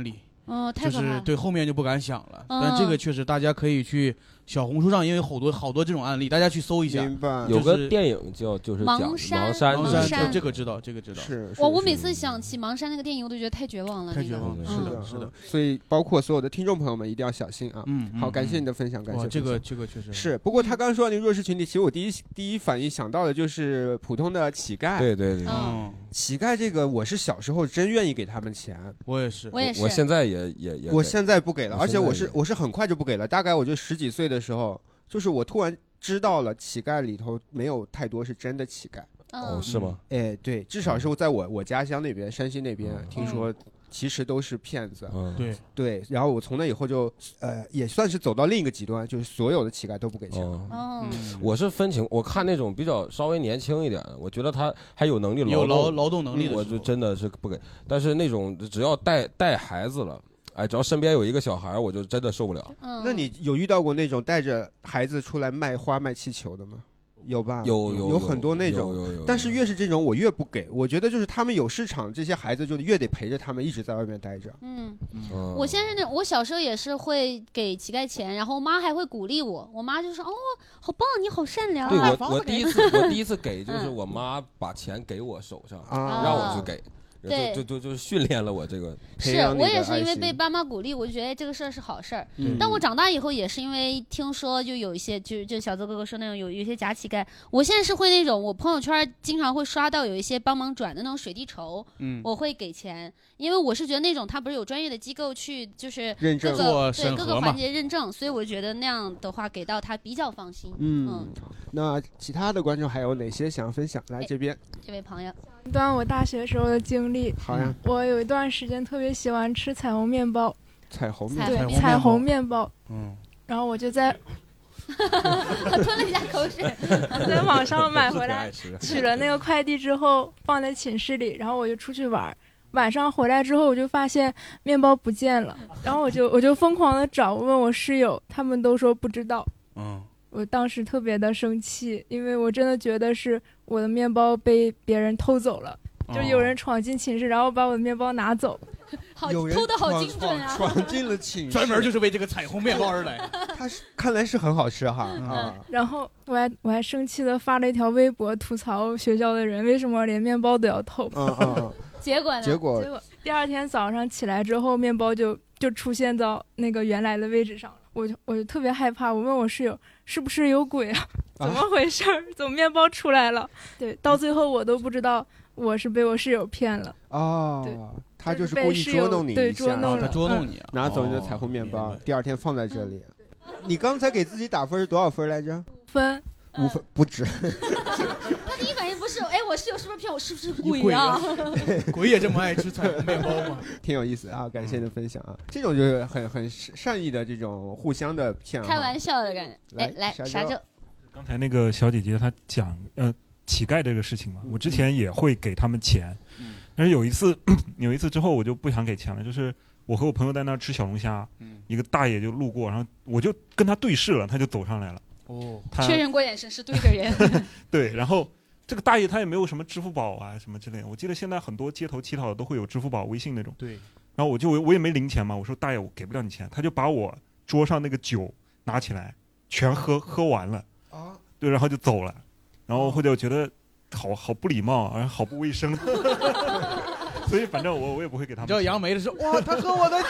就是对后面就不敢想了。但这个确实大家可以去小红书上，因为好多这种案例，大家去搜一下。 明白。 有个电影就是讲盲山， 这个知道。 是。 我每次想起盲山那个电影，我都觉得太绝望了。 太绝望了，是的。 所以包括所有的听众朋友们一定要小心啊。好，感谢你的分享，感谢。 这个确实是。不过他刚刚说到那个弱势群体，其实我第一反应想到的就是普通的乞丐。 对。 乞丐这个，我是小时候真愿意给他们钱。 我也是。 我现在也。 我现在不给了，而且我是很快就不给了。大概我就10几岁的时候，就是我突然知道了乞丐里头没有太多是真的乞丐。 是吗？ 哎，对，至少是在我家乡那边，山西那边，听说其实都是骗子。对。然后我从那以后就也算是走到另一个极端，就是所有的乞丐都不给钱。 我是分情，我看那种比较稍微年轻一点的，我觉得他还有能力有劳动能力的， 我就真的是不给。但是那种只要带孩子了。只要身边有一个小孩，我就真的受不了。 那你有遇到过那种带着孩子出来卖花卖气球的吗？有吧？有很多那种。但是越是这种，我越不给。我觉得就是他们有市场，这些孩子就越得陪着他们一直在外面待着。 我现在我小时候也是会给乞丐钱，然后我妈还会鼓励我。我妈就说：“哦，好棒，你好善良。” 对，我第一次给就是我妈把钱给我手上，让我去给。 对， 就训练了我这个。 是我也是因为被爸妈鼓励，我就觉得这个事儿是好事儿。但我长大以后也是因为听说就有一些就小泽哥哥说那种有一些假乞丐，我现在是会那种我朋友圈经常会刷到有一些帮忙转的那种水滴筹，我会给钱，因为我是觉得那种他不是有专业的机构去就是认证各个环节认证，所以我觉得那样的话给到他比较放心。 那其他的观众还有哪些想分享？来这边， 这位朋友。 一段我大学时候的经历。 好呀。 我有一段时间特别喜欢吃彩虹面包。 彩虹面包。然后我就在吞了一下口水， 在网上买回来，取了那个快递之后放在寝室里，然后我就出去玩。晚上回来之后，我就发现面包不见了，然后我就疯狂的找，我问我室友，他们都说不知道。我当时特别的生气，因为我真的觉得是我的面包被别人偷走了，就有人闯进寝室，然后把我的面包拿走。 偷的好精准啊！ 闯进了寝室， 专门就是为这个彩虹面包而来。 看来是很好吃哈。 然后我还生气的发了一条微博吐槽学校的人为什么连面包都要偷。 结果第二天早上起来之后，面包就出现到那个原来的位置上了。我就特别害怕，我问我室友是不是有鬼啊？怎么回事？怎么面包出来了？对，到最后我都不知道我是被我室友骗了。 对，他就是故意捉弄你一下， 对，捉弄你， 拿走你的彩虹面包，第二天放在这里。你刚才给自己打分是多少分来着 ？5分。 5分不止。 他第一反应不是，我室友是不是骗我？是不是鬼啊？ 鬼也这么爱吃彩虹面包吗？ 挺有意思啊，感谢你的分享啊。这种就是很善意的这种互相的骗， 开玩笑的感觉。来，啥就刚才那个小姐姐她讲乞丐这个事情嘛，我之前也会给他们钱，但是有一次之后我就不想给钱了，就是我和我朋友在那吃小龙虾，一个大爷就路过，然后我就跟他对视了，他就走上来了。 确认过眼神是对的人。 对，然后这个大爷他也没有什么支付宝啊什么之类的，我记得现在很多街头乞讨的都会有支付宝、微信那种。 对， 然后我也没零钱嘛，我说大爷我给不了你钱，他就把我桌上那个酒拿起来全喝完了对，然后就走了，然后或者我觉得好不礼貌，而好不卫生。所以反正我也不会给他们。 叫杨梅的说哇，他喝我的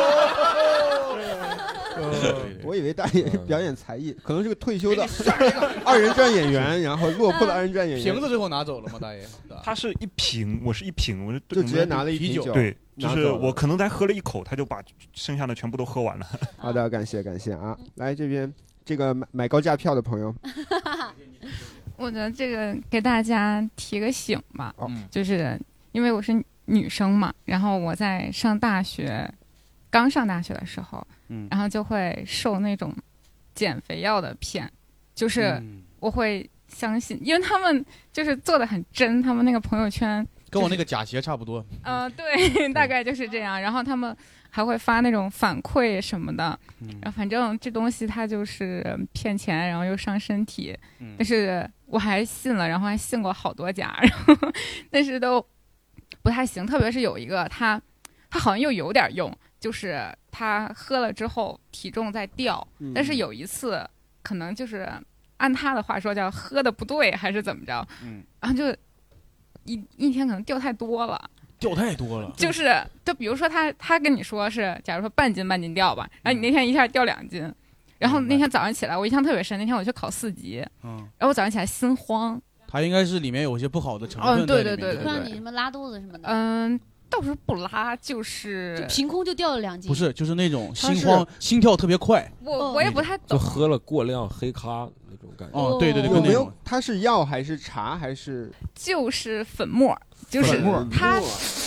酒。我以为大爷表演才艺，可能是个退休的二人转演员，然后落魄的二人转演员。 瓶子最后拿走了吗？大爷， 他是一瓶，我是一瓶，我就直接拿了一瓶酒。 对，就是我可能才喝了一口，他就把剩下的全部都喝完了。 好的，感谢啊！来这边这个买高价票的朋友。 我觉得这个给大家提个醒吧，就是因为我是女生嘛，然后我在刚上大学的时候，然后就会受那种减肥药的骗，就是我会相信，因为他们就是做的很真，他们那个朋友圈跟我那个假鞋差不多。 对，大概就是这样。然后他们还会发那种反馈什么的，然后反正这东西它就是骗钱，然后又伤身体。但是我还信了，然后还信过好多家，然后但是都不太行。特别是有一个他好像又有点用， 就是他喝了之后体重在掉，但是有一次可能就是按他的话说叫喝的不对还是怎么着，然后就一天可能掉太多了。 掉太多了， 就比如说他跟你说是，假如说半斤掉吧，然后你那天一下掉2斤，然后那天早上起来我印象特别深，那天我去考4级，然后我早上起来心慌， 它应该是里面有些不好的成分在里面， 对， 让你什么拉肚子什么的， 倒是不拉，就凭空就掉了2斤， 不是，就是那种心慌，心跳特别快， 我也不太懂， 就喝了过量黑咖那种感觉。 对， 有没有？它是药还是茶还是？ 就是粉末，就是它。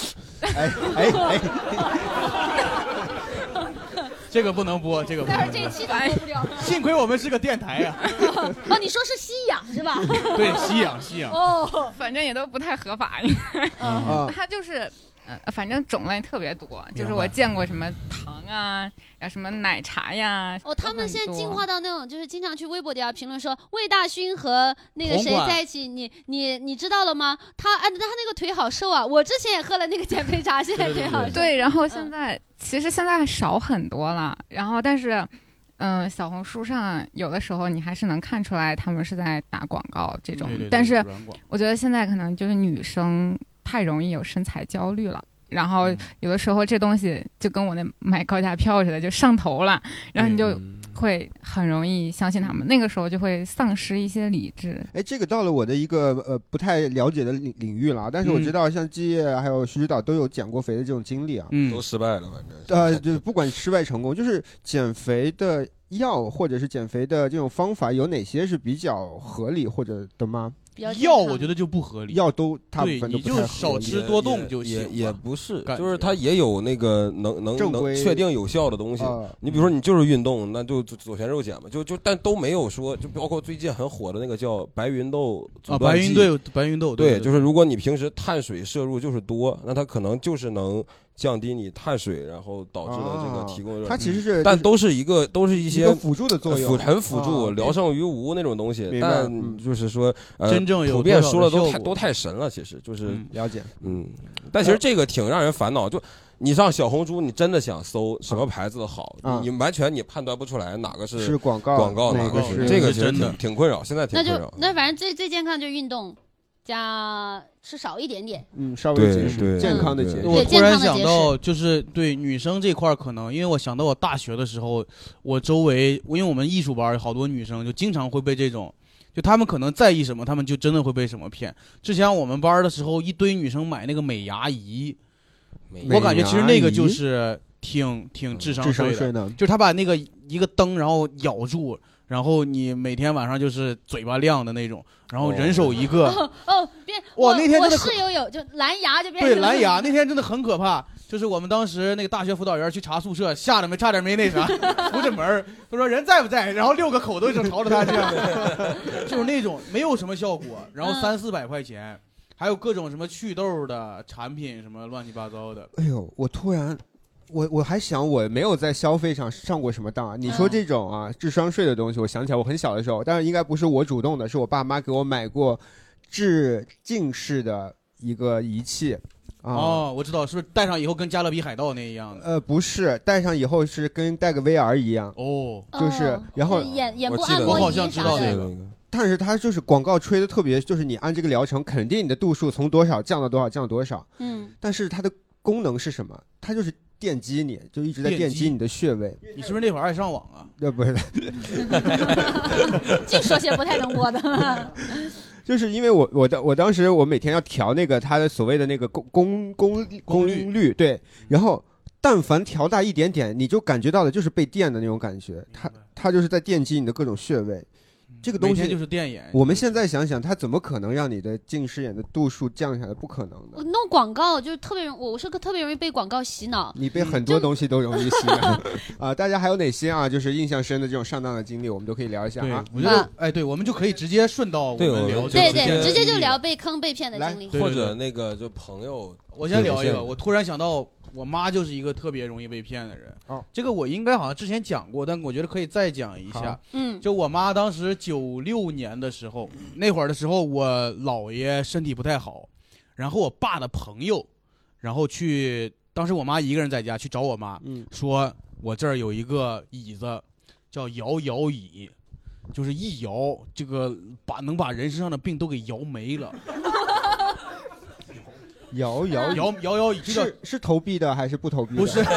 这个不能播，这个不能播。 但是这期咱播不了。 幸亏我们是个电台呀。 哦，你说是吸氧是吧？ 对，吸氧。 哦，反正也都不太合法，应该。它就是。反正种类特别多，就是我见过什么糖啊，什么奶茶呀。 他们现在进化到那种，就是经常去微博底下评论说魏大勋和那个谁在一起，你知道了吗？他那个腿好瘦啊！我之前也喝了那个减肥茶，现在腿好瘦。 对，然后现在少很多了，然后但是。小红书上有的时候你还是能看出来他们是在打广告这种，但是我觉得现在可能就是女生太容易有身材焦虑了，然后有的时候这东西就跟我那买高价票似的，就上头了，然后你就会很容易相信他们，那个时候就会丧失一些理智。 这个到了我的一个不太了解的领域了，但是我知道像基业还有徐指导都有减过肥的这种经历啊， 都失败了，反正就不管失败成功，就是减肥的药或者是减肥的这种方法有哪些是比较合理或者的吗？ 药我觉得就不合理， 药都大部分都不太合理， 你就少吃多动就行。 也不是，就是它也有那个能确定有效的东西。你比如说你就是运动，那就左旋肉碱嘛，但都没有说，就包括最近很火的那个叫白芸豆阻断剂。 白芸豆对，就是如果你平时碳水摄入就是多，那它可能就是能降低你碳水，然后导致的这个提供热。 它其实是， 但都是一些辅助的作用， 很辅助，聊胜于无那种东西。但就是说， 真正普遍说的都太神了，其实就是了解。 但其实这个挺让人烦恼。就你上小红书，你真的想搜什么牌子的好，你完全你判断不出来哪个是广告， 哪个是这个，其实挺困扰。现在挺困扰。 那反正最健康就运动。加吃少一点点， 稍微节食，健康的节食。 我突然想到，就是对女生这块可能，因为我想到我大学的时候，我周围，因为我们艺术班好多女生就经常会被这种，就她们可能在意什么，她们就真的会被什么骗。之前我们班的时候，一堆女生买那个美牙仪，我感觉其实那个就是挺智商税的，就是她把那个一个灯然后咬住。然后你每天晚上就是嘴巴亮的那种，然后人手一个。 哇， 那天真的我室友有，就蓝牙就变成。对，蓝牙那天真的很可怕。就是我们当时那个大学辅导员去查宿舍，吓得差点没那啥，扶着门，他说人在不在？然后6个口都就朝着他这样，就是那种没有什么效果，然后300-400块钱，还有各种什么祛痘的产品，什么乱七八糟的。 哎呦，我突然。我还想我没有在消费上上过什么当啊？你说这种智商税的东西，我想起来我很小的时候，但是应该不是我主动的，是我爸妈给我买过治近视的一个仪器。 我知道，是不是戴上以后跟加勒比海盗那一样的？ 不是，戴上以后是跟戴个 VR 一样。就是然后眼部按摩仪。 我好像知道这个。 但是它就是广告吹的特别，就是你按这个疗程，肯定你的度数从多少降到多少，降多少。但是它的功能是什么？它就是电击你，就一直在电击你的穴位。 你是不是那会儿爱上网啊？ 不是， 净说些不太能播的。 就是因为我当时我每天要调那个它的所谓的那个功率，对，然后但凡调大一点点，你就感觉到的就是被电的那种感觉，它就是在电击你的各种穴位。这个东西就是电眼。 我们现在想想，它怎么可能让你的近视眼的度数降下来？不可能的。 弄广告就是特别我是个特别容易被广告洗脑。 你被很多东西都容易洗脑大家还有哪些就是印象深的这种上当的经历，我们都可以聊一下啊。 我觉得对，我们就可以直接顺到我们聊。 对，直接就聊被坑被骗的经历， 或者那个就朋友。 我先聊一个，我突然想到。我妈就是一个特别容易被骗的人。这个我应该好像之前讲过，但我觉得可以再讲一下。就我妈当时96年的时候，那会儿的时候，我姥爷身体不太好，然后我爸的朋友，然后去当时我妈一个人在家，去找我妈，说我这儿有一个椅子，叫摇摇椅，就是一摇，这个能把人身上的病都给摇没了。 摇椅， 是投币的还是不投币的？ 不是，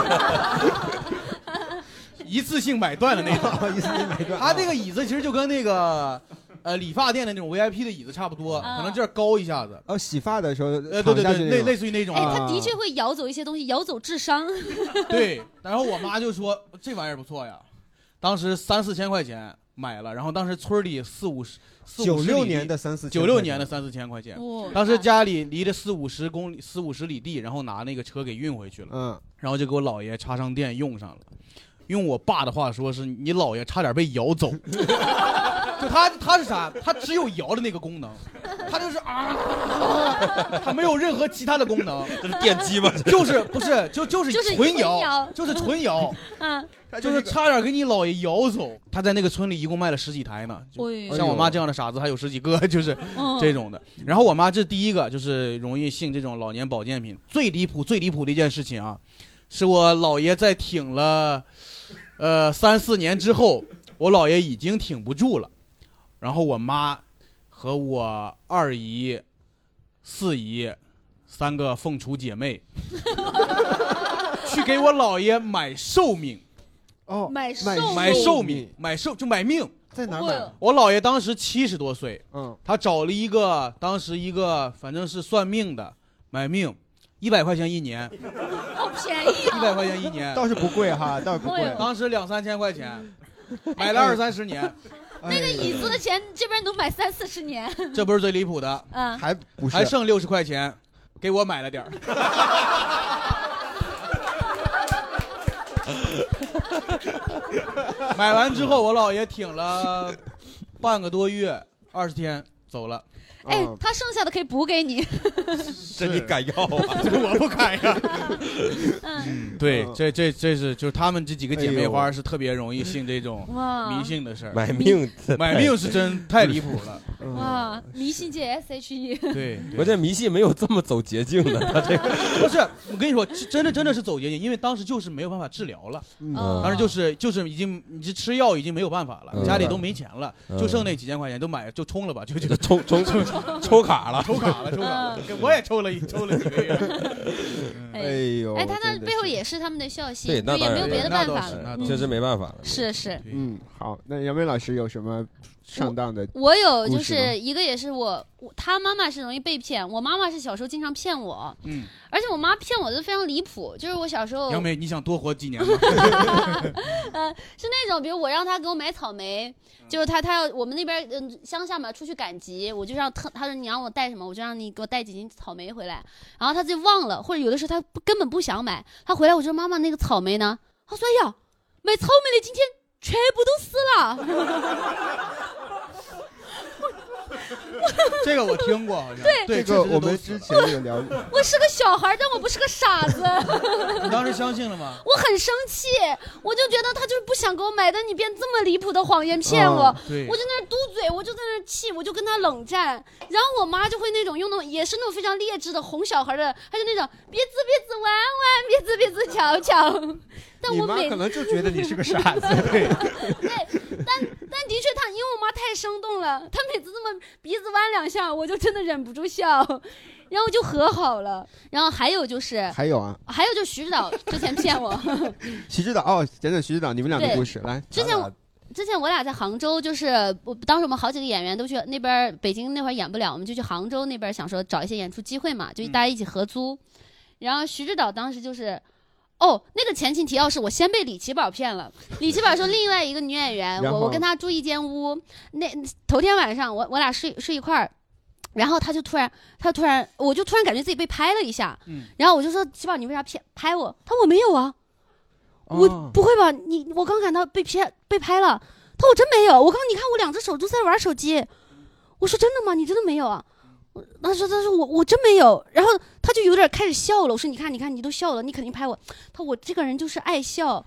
一次性买断的那种。 一次性买断。 他这个椅子其实就跟那个理发店的那种 VIP 的椅子差不多，可能这儿高一下子。 洗发的时候， 对，类似于那种。 他的确会摇走一些东西，摇走智商。 对，然后我妈就说这玩意儿不错呀，当时3-4千块钱买了，然后当时村里 96年的 3-4千块钱，当时家里离着40-50里地，然后拿那个车给运回去了，然后就给我姥爷插上电用上了。用我爸的话说是你姥爷差点被摇走。就他是啥？他只有摇的那个功能，他就是他没有任何其他的功能。 这是电机吗？ 就是纯摇，就是纯摇。就是差点给你姥爷摇走。他在那个村里一共卖了10几台呢，像我妈这样的傻子还有10几个，就是这种的。然后我妈这第一个就是容易信这种老年保健品。最离谱的一件事情啊，是我姥爷在挺了3-4年之后，我姥爷已经挺不住了，然后我妈和我2姨、4姨3个凤雏姐妹去给我姥爷买寿命。买命， 在哪买？ 我姥爷当时70多岁，他找了当时一个反正是算命的买命，100块钱1年， 好便宜 ，100块钱1年， 倒是不贵哈，倒是不贵， 当时2-3千块钱，买了20-30年。 那个椅子的钱这边能买30-40年， 这不是最离谱的， 还不是， 还剩60块钱，给我买了点儿。买完之后，我姥爷挺了半个多月，20天走了。 他剩下的可以补给你。 这你敢要啊？ 这我不敢呀。对，这是就是他们这几个姐妹花是特别容易信这种迷信的事儿。 买命是真太离谱了。 哇，迷信界 SHE。 对， 我这迷信没有这么走捷径的，他这个不是，我跟你说，真的是走捷径，因为当时就是没有办法治疗了，当时就是已经你这吃药已经没有办法了，家里都没钱了，就剩那几千块钱都买就充了吧，就抽卡了， 我也抽了几个月。 哎呦， 他那背后也是他们的孝心， 对，那也没有别的办法了， 确实没办法了。 是， 好，那杨梅老师有什么上当的？ 我有，就是一个也是他妈妈是容易被骗，我妈妈是小时候经常骗我，而且我妈骗我的非常离谱，就是我小时候。 杨梅，你想多活几年吗？ 是那种，比如我让他给我买草莓，就是他要我们那边乡下嘛，出去赶集，我就让他说你让我带什么，我就让你给我带几斤草莓回来，然后他就忘了，或者有的时候他根本不想买，他回来我说妈妈那个草莓呢？他说哎呀，买草莓的今天全部都死了。 这个我听过，好像对，这个我们之前有聊。 我是个小孩，但我不是个傻子。 你当时相信了吗？ 我很生气，我就觉得他就是不想给我买，但你编这么离谱的谎言骗我，我就在那嘟嘴，我就在那气，我就跟他冷战。然后我妈就会那种用那种也是那种非常劣质的哄小孩的，她就那种别子弯弯，别子瞧瞧。但我可能就觉得你是个傻子，对， 但的确因为我妈太生动了，她每次这么鼻子弯2下，我就真的忍不住笑，然后就和好了。然后还有就是还有就徐指导之前骗我。 徐指导讲讲徐指导你们俩的故事来。 之前我俩在杭州，就是当时我们好几个演员都去那边，北京那会儿演不了，我们就去杭州那边想说找一些演出机会嘛，就大家一起合租。然后徐指导当时就是那个前情提要是我先被李奇宝骗了。李奇宝说另外一个女演员，我跟她住一间屋，那头天晚上我俩睡一块儿，然后他突然我就突然感觉自己被拍了一下，然后我就说奇宝你为啥拍我？他说我没有啊，我不会吧？我刚感到被拍了。他说我真没有，你看我2只手都在玩手机。我说真的吗？你真的没有啊？他说我真没有，然后他就有点开始笑了。我说你看你都笑了，你肯定拍我。他说我这个人就是爱笑。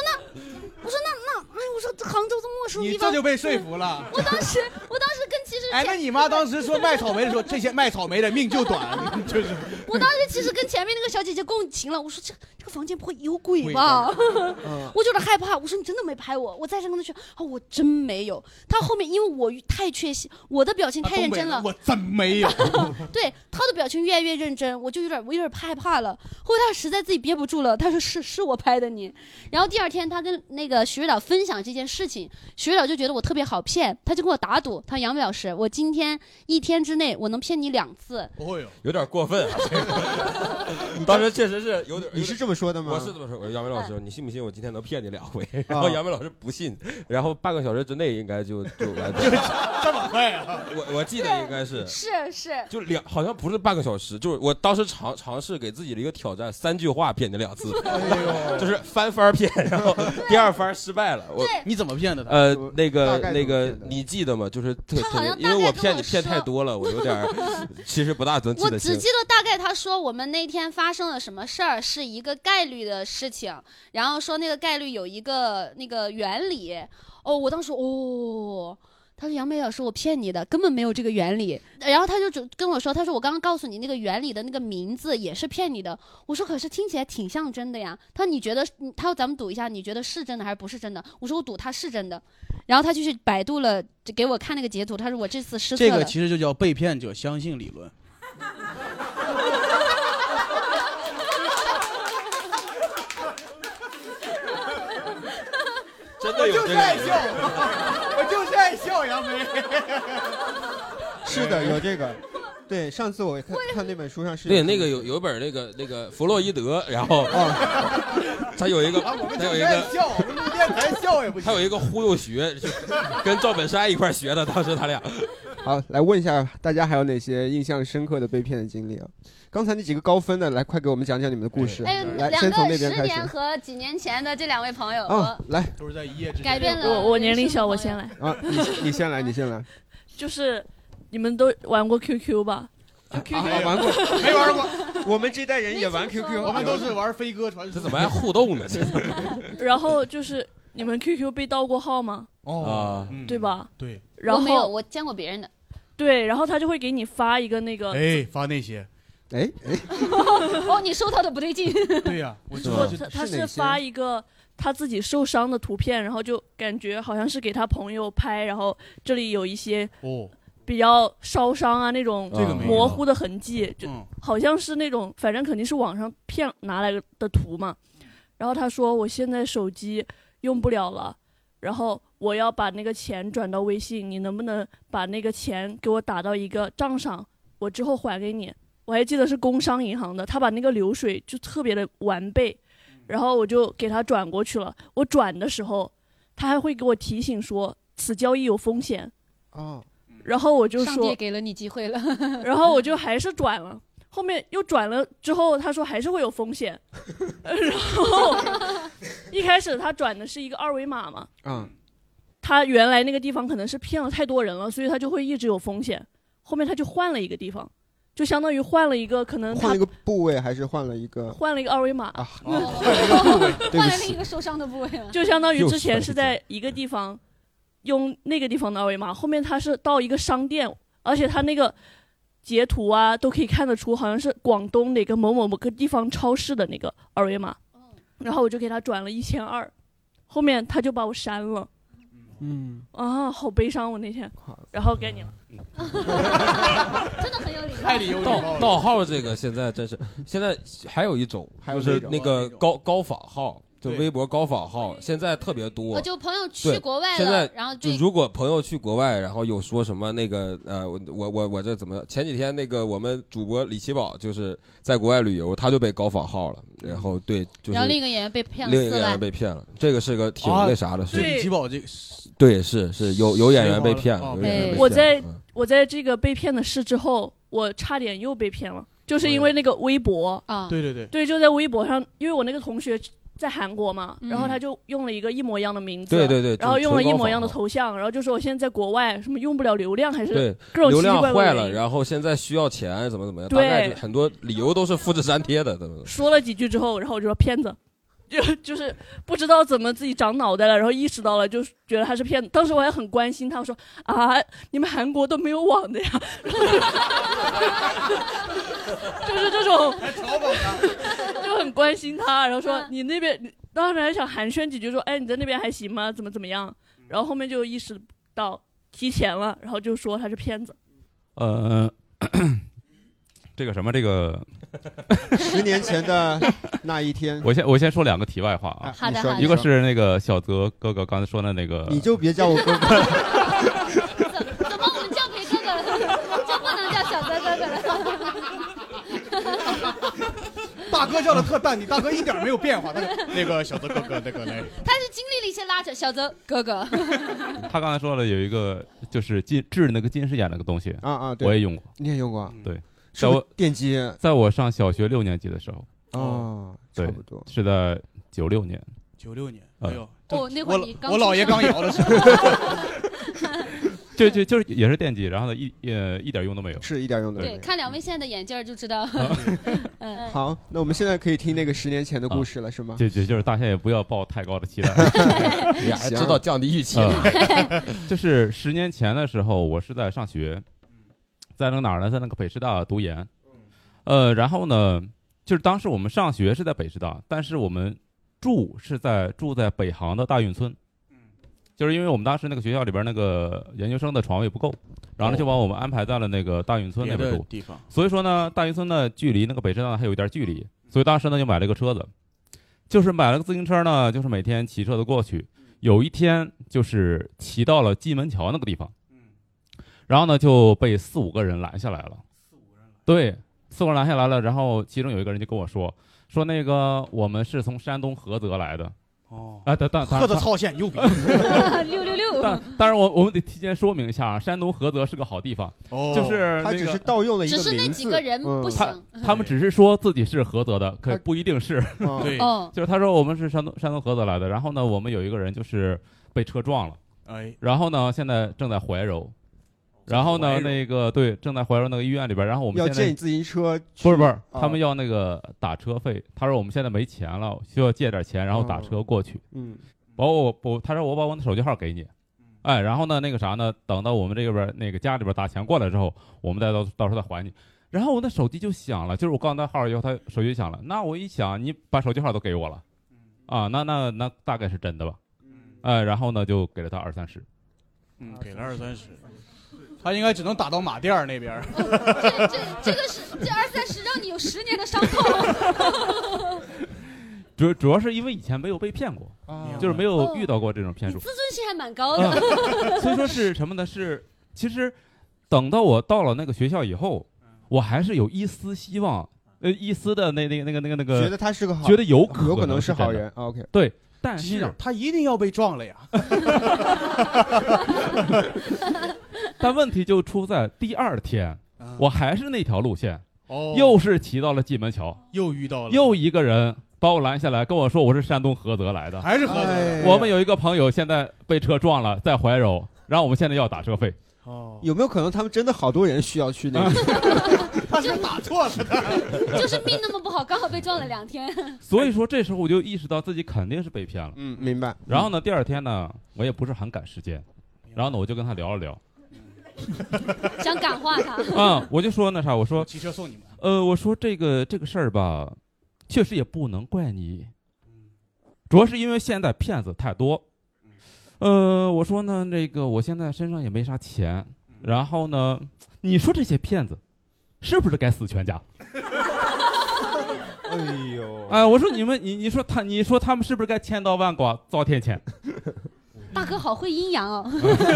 我说那，哎，我说杭州这么陌生的地方， 你这就被说服了。 我当时跟其实哎，那你妈当时说卖草莓的时候，这些卖草莓的命就短，就是。 我当时其实跟前面那个小姐姐共情了，我说这个房间不会有鬼吧？我就有点害怕。我说你真的没拍我？我再三跟她说，我真没有。她后面因为我太确信，我的表情太认真了， 我真没有。 对，她的表情越来越认真，我有点害怕了。后来她实在自己憋不住了，她说是我拍的你。然后第二天她跟那个徐指导分享这件事情，徐指导就觉得我特别好骗，他就跟我打赌，他说杨梅老师，我今天1天之内我能骗你2次。 有点过分啊！当时确实是有点。 你是这么说的吗？ 我是这么说。我说杨梅老师，你信不信我今天能骗你2回？然后杨梅老师不信，然后半个小时之内应该就完。 这么快啊！ 我记得应该是就好像不是半个小时，就是我当时尝试给自己的一个挑战，3句话骗你2次，就是翻番骗，然后第2番失败了。 你怎么骗的他？ 那个你记得吗？就是因为我骗你骗太多了，我有点其实不大能记得清。 我只记得大概他说我们那天发生了什么事儿，是一个概率的事情，然后说那个概率有一个那个原理。我当时他说杨梅老师，我骗你的，根本没有这个原理。然后他就跟我说，他说我刚刚告诉你那个原理的那个名字也是骗你的。我说可是听起来挺像真的呀。他说你觉得，他说咱们赌一下，你觉得是真的还是不是真的？我说我赌它是真的。然后他就去百度了，给我看那个截图。他说我这次失策了。 这个其实就叫被骗者相信理论。 真的有这个。 我就是爱笑杨梅。 是的，有这个。对，上次我看那本书上是对那个有本那个弗洛伊德，然后他有一个我们录电台笑也不行。 他有一个忽悠学，跟赵本山一块学的，当时他俩。 好，来问一下大家还有哪些印象深刻的被骗的经历啊？刚才那几个高分的，来快给我们讲讲你们的故事。来，先从那边开始。2个10年和几年前的这2位朋友， 来， 都是在一夜之间改变了。 我年龄小，我先来。 你先来，你先来。 就是你们都玩过 QQ 吧？QQ 玩过， 没玩过。 我们这代人也玩 QQ， 我们都是玩飞鸽传书。 这怎么还互动呢？ 然后就是你们 QQ 被盗过号吗？对吧？ 对。 然后我没有，我见过别人的。 对，然后他就会给你发一个那个， 发那些， 你收到的不对劲。 对呀，我知道。他是发一个他自己受伤的图片，然后就感觉好像是给他朋友拍，然后这里有一些比较烧伤啊那种模糊的痕迹，就好像是那种，反正肯定是网上骗拿来的图嘛。然后他说我现在手机用不了了，然后我要把那个钱转到微信，你能不能把那个钱给我打到一个账上，我之后还给你。我还记得是工商银行的，他把那个流水就特别的完备，然后我就给他转过去了。我转的时候他还会给我提醒说此交易有风险。然后我就说上帝给了你机会了。 然后我就还是转了，后面又转了之后他说还是会有风险。然后一开始他转的是一个2维码嘛，他原来那个地方可能是骗了太多人了，所以他就会一直有风险。后面他就换了一个地方，就相当于换了一个可能换了一个部位，还是换了一个 2维码换了另一个受伤的部位了， 就相当于之前是在一个地方用那个地方的2维码，后面他是到一个商店，而且他那个截图啊都可以看得出好像是广东哪个某个地方超市的那个2维码。然后我就给他转了1200，后面他就把我删了。好悲伤我那天。然后该你了。 真的很有礼貌， 太有礼貌。 盗号这个现在真是，现在还有一种就是那个高仿号，就微博高仿号，现在特别多。 就朋友去国外了， 现在然后就如果朋友去国外，然后有说什么那个我这怎么？前几天那个我们主播李奇宝就是在国外旅游，他就被高仿号了，然后对，就是然后另一个演员被骗了， 另一个演员被骗了，这个是个挺那啥的事。 李奇宝这个对是有演员被骗了。 我在这个被骗的事之后，我差点又被骗了，就是因为那个微博啊， 对，就在微博上，因为我那个同学在韩国嘛，然后他就用了一个一模一样的名字， 对， 然后用了一模一样的头像，然后就说我现在在国外什么用不了流量，还是各种流量奇怪坏了，然后现在需要钱，怎么样，大概很多理由都是复制粘贴的， 说了几句之后，然后我就说骗子。 就是不知道怎么自己长脑袋了，然后意识到了，就觉得他是骗子。当时我还很关心他，我说啊，你们韩国都没有网的呀，就是这种，就很关心他，然后说你那边，当时还想寒暄几句，说哎你在那边还行吗？怎么样？然后后面就意识到提前了，然后就说他是骗子。 这个什么这个 10年前的那一天， 我先说2个题外话啊。 好的， 一个是那个小泽哥哥刚才说的那个， 你就别叫我哥哥。 怎么我们叫别哥哥了，就不能叫小泽哥哥了？ 大哥叫的特淡定，大哥一点没有变化。那个小泽哥哥，他是经历了一些拉扯，小泽哥哥。 他刚才说了有一个就是治那个近视眼那个东西对， 我也用过。 你也用过？ 对， 在我电击， 在我上小学6年级的时候。 差不多是在96年。 96年，哎呦， 那会儿你刚我姥爷刚摇的时候。 就是也是电击，然后呢一点用都没有， 是一点用都没有。 对，看2位现在的眼镜就知道。 好，那我们现在可以听那个10年前的故事了，是吗？ 就是大家也不要抱太高的期待， 你还知道降低预期。 就是10年前的时候，我是在上学，在那个哪儿呢？在那个北师大读研。然后呢，就是当时我们上学是在北师大，但是我们住在北航的大运村。就是因为我们当时那个学校里边那个研究生的床位不够，然后呢就把我们安排在了那个大运村那边住。所以说呢，大运村呢距离那个北师大还有一点距离，所以当时呢就买了一个车子，就是买了个自行车呢，就是每天骑车的过去。有一天就是骑到了蓟门桥那个地方，然后呢就被4、5个人拦下来了。对，4、5个人拦下来了，然后其中有一个人就跟我说那个我们是从山东菏泽来的。 菏泽操线牛逼 ，666。 当然我们得提前说明一下，山东菏泽是个好地方，就是他只是盗用了一个名字， 只是那几个人不行， 他们只是说自己是菏泽的，可不一定是。 对， 就是他说我们是山东菏泽来的，然后呢，我们有一个人就是被车撞了，然后呢，现在正在怀柔。然后呢，那个对，正在怀柔那个医院里边，然后我们要借你自行车， 不是，他们要那个打车费。他说我们现在没钱了，需要借点钱，然后打车过去。他说我把我的手机号给你，然后呢，那个啥呢，等到我们这边那个家里边打钱过来之后，我们再到时候再还你。然后我的手机就响了，就是我告诉他号以后，他手机响了。那我一想，你把手机号都给我了，那大概是真的吧？然后呢，就给了他20-30。 给了20-30。他应该只能打到马甸那边。 这20-30让你有10年的伤痛。 主要是因为以前没有被骗过，就是没有遇到过这种骗术。 自尊心还蛮高的。 所以说是什么呢？是其实等到我到了那个学校以后，我还是有一丝希望，一丝的那个， 觉得他是个好， 觉得有可能是好人。OK， 对。但是他一定要被撞了呀！ 但问题就出在第2天，我还是那条路线，又是骑到了蓟门桥， 又遇到了， 又一个人把我拦下来，跟我说我是山东菏泽来的， 还是菏泽。 我们有一个朋友现在被车撞了，在怀柔，然后我们现在要打车费。 有没有可能他们真的好多人需要去那个？ 他是打错了的， 就是命那么不好，刚好被撞了2天。 所以说这时候我就意识到自己肯定是被骗了。 明白。 然后呢，第2天呢，我也不是很赶时间，然后呢，我就跟他聊了聊， 想感化他。 我就说那啥，我说骑车送你们。 我说这个事儿吧，确实也不能怪你，主要是因为现在骗子太多。我说呢，那个我现在身上也没啥钱，然后呢，你说这些骗子是不是该死全家？ 哎呦， 我说你说他们是不是该千刀万剐遭天谴？ 大哥好会阴阳哦。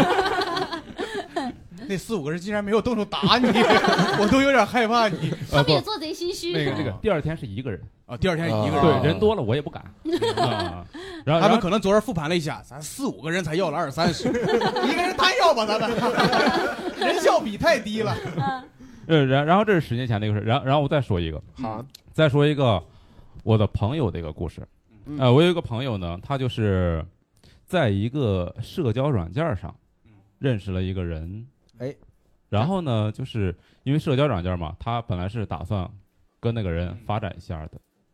那4、5个人竟然没有动手打你，我都有点害怕你。 他们也做贼心虚。 那个第2天是1个人第2天1个人， 对，人多了我也不敢。 然后他们可能昨儿复盘了一下，咱4、5个人才要了20-30，一个人单要吧，咱们人效比太低了。 然后这是10年前的一个事，然后我再说一个， 好， 再说一个我的朋友的一个故事。我有一个朋友呢，他就是在一个社交软件上认识了一个人。然后呢，就是因为社交软件嘛，他本来是打算跟那个人发展一下的，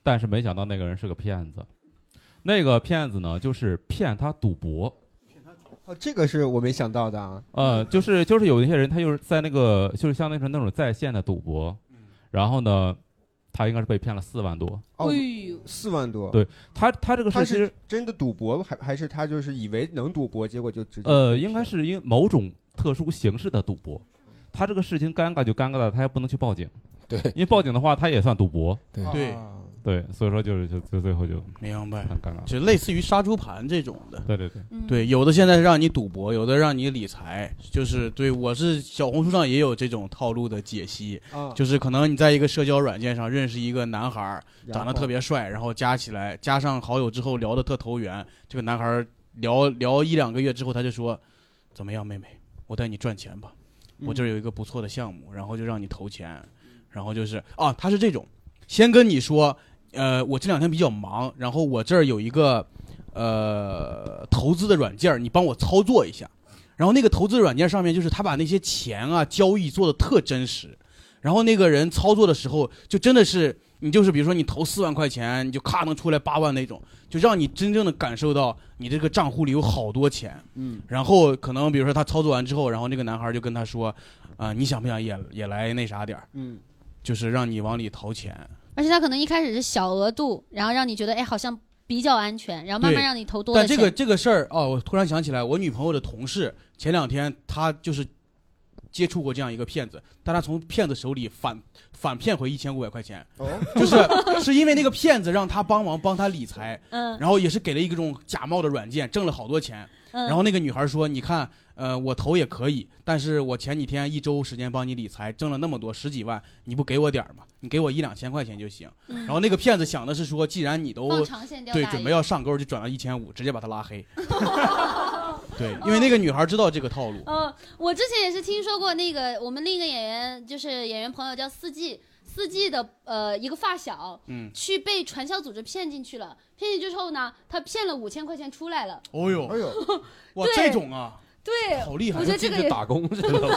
但是没想到那个人是个骗子。那个骗子呢，就是骗他赌博。 哦，这个是我没想到的啊。 就是有一些人，他就是在那个就是相当于是那种在线的赌博，然后呢，他应该是被骗了4万多。 哦，4万多。 对，他这个他是真的赌博，还是他就是以为能赌博，结果就直接应该是因为某种特殊形式的赌博。他这个事情尴尬就尴尬了，他也不能去报警。 对， 因为报警的话，他也算赌博。 对， 所以说就最后就明白， 很尴尬， 就类似于杀猪盘这种的。 对， 有的现在让你赌博，有的让你理财，就是对我是小红书上也有这种套路的解析，就是可能你在一个社交软件上认识一个男孩，长得特别帅，然后加上好友之后聊得特投缘，这个男孩聊1-2个月之后，他就说，怎么样，妹妹，我带你赚钱吧，我这儿有一个不错的项目，然后就让你投钱，然后就是他是这种，先跟你说。我这2天比较忙，然后我这儿有一个投资的软件，你帮我操作一下。然后那个投资软件上面就是他把那些钱交易做的特真实，然后那个人操作的时候就真的是你就是比如说你投4万块钱，你就咔能出来8万那种，就让你真正的感受到你这个账户里有好多钱。然后可能比如说他操作完之后，然后那个男孩就跟他说你想不想也来那啥点儿？就是让你往里投钱。 而且他可能一开始是小额度，然后让你觉得好像比较安全，然后慢慢让你投多的钱。 但这个事儿我突然想起来，我女朋友的同事前2天他就是接触过这样一个骗子，但他从骗子手里反骗回1500块钱。是因为那个骗子让他帮他理财，然后也是给了一种假冒的软件，挣了好多钱。然后那个女孩说，你看我投也可以，但是我前几天1周时间帮你理财，挣了那么多10几万，你不给我点吗？你给我1-2千块钱就行。然后那个骗子想的是说，既然你都对准备要上钩，就转到1500，直接把他拉黑。对，因为那个女孩知道这个套路。 我之前也是听说过那个我们另一个演员，就是演员朋友叫四季的一个发小，去被传销组织骗进去了。骗进去之后呢，他骗了5000块钱出来了。 哦呦，哇，这种对， 好厉害！ 我觉得这个也打工似的。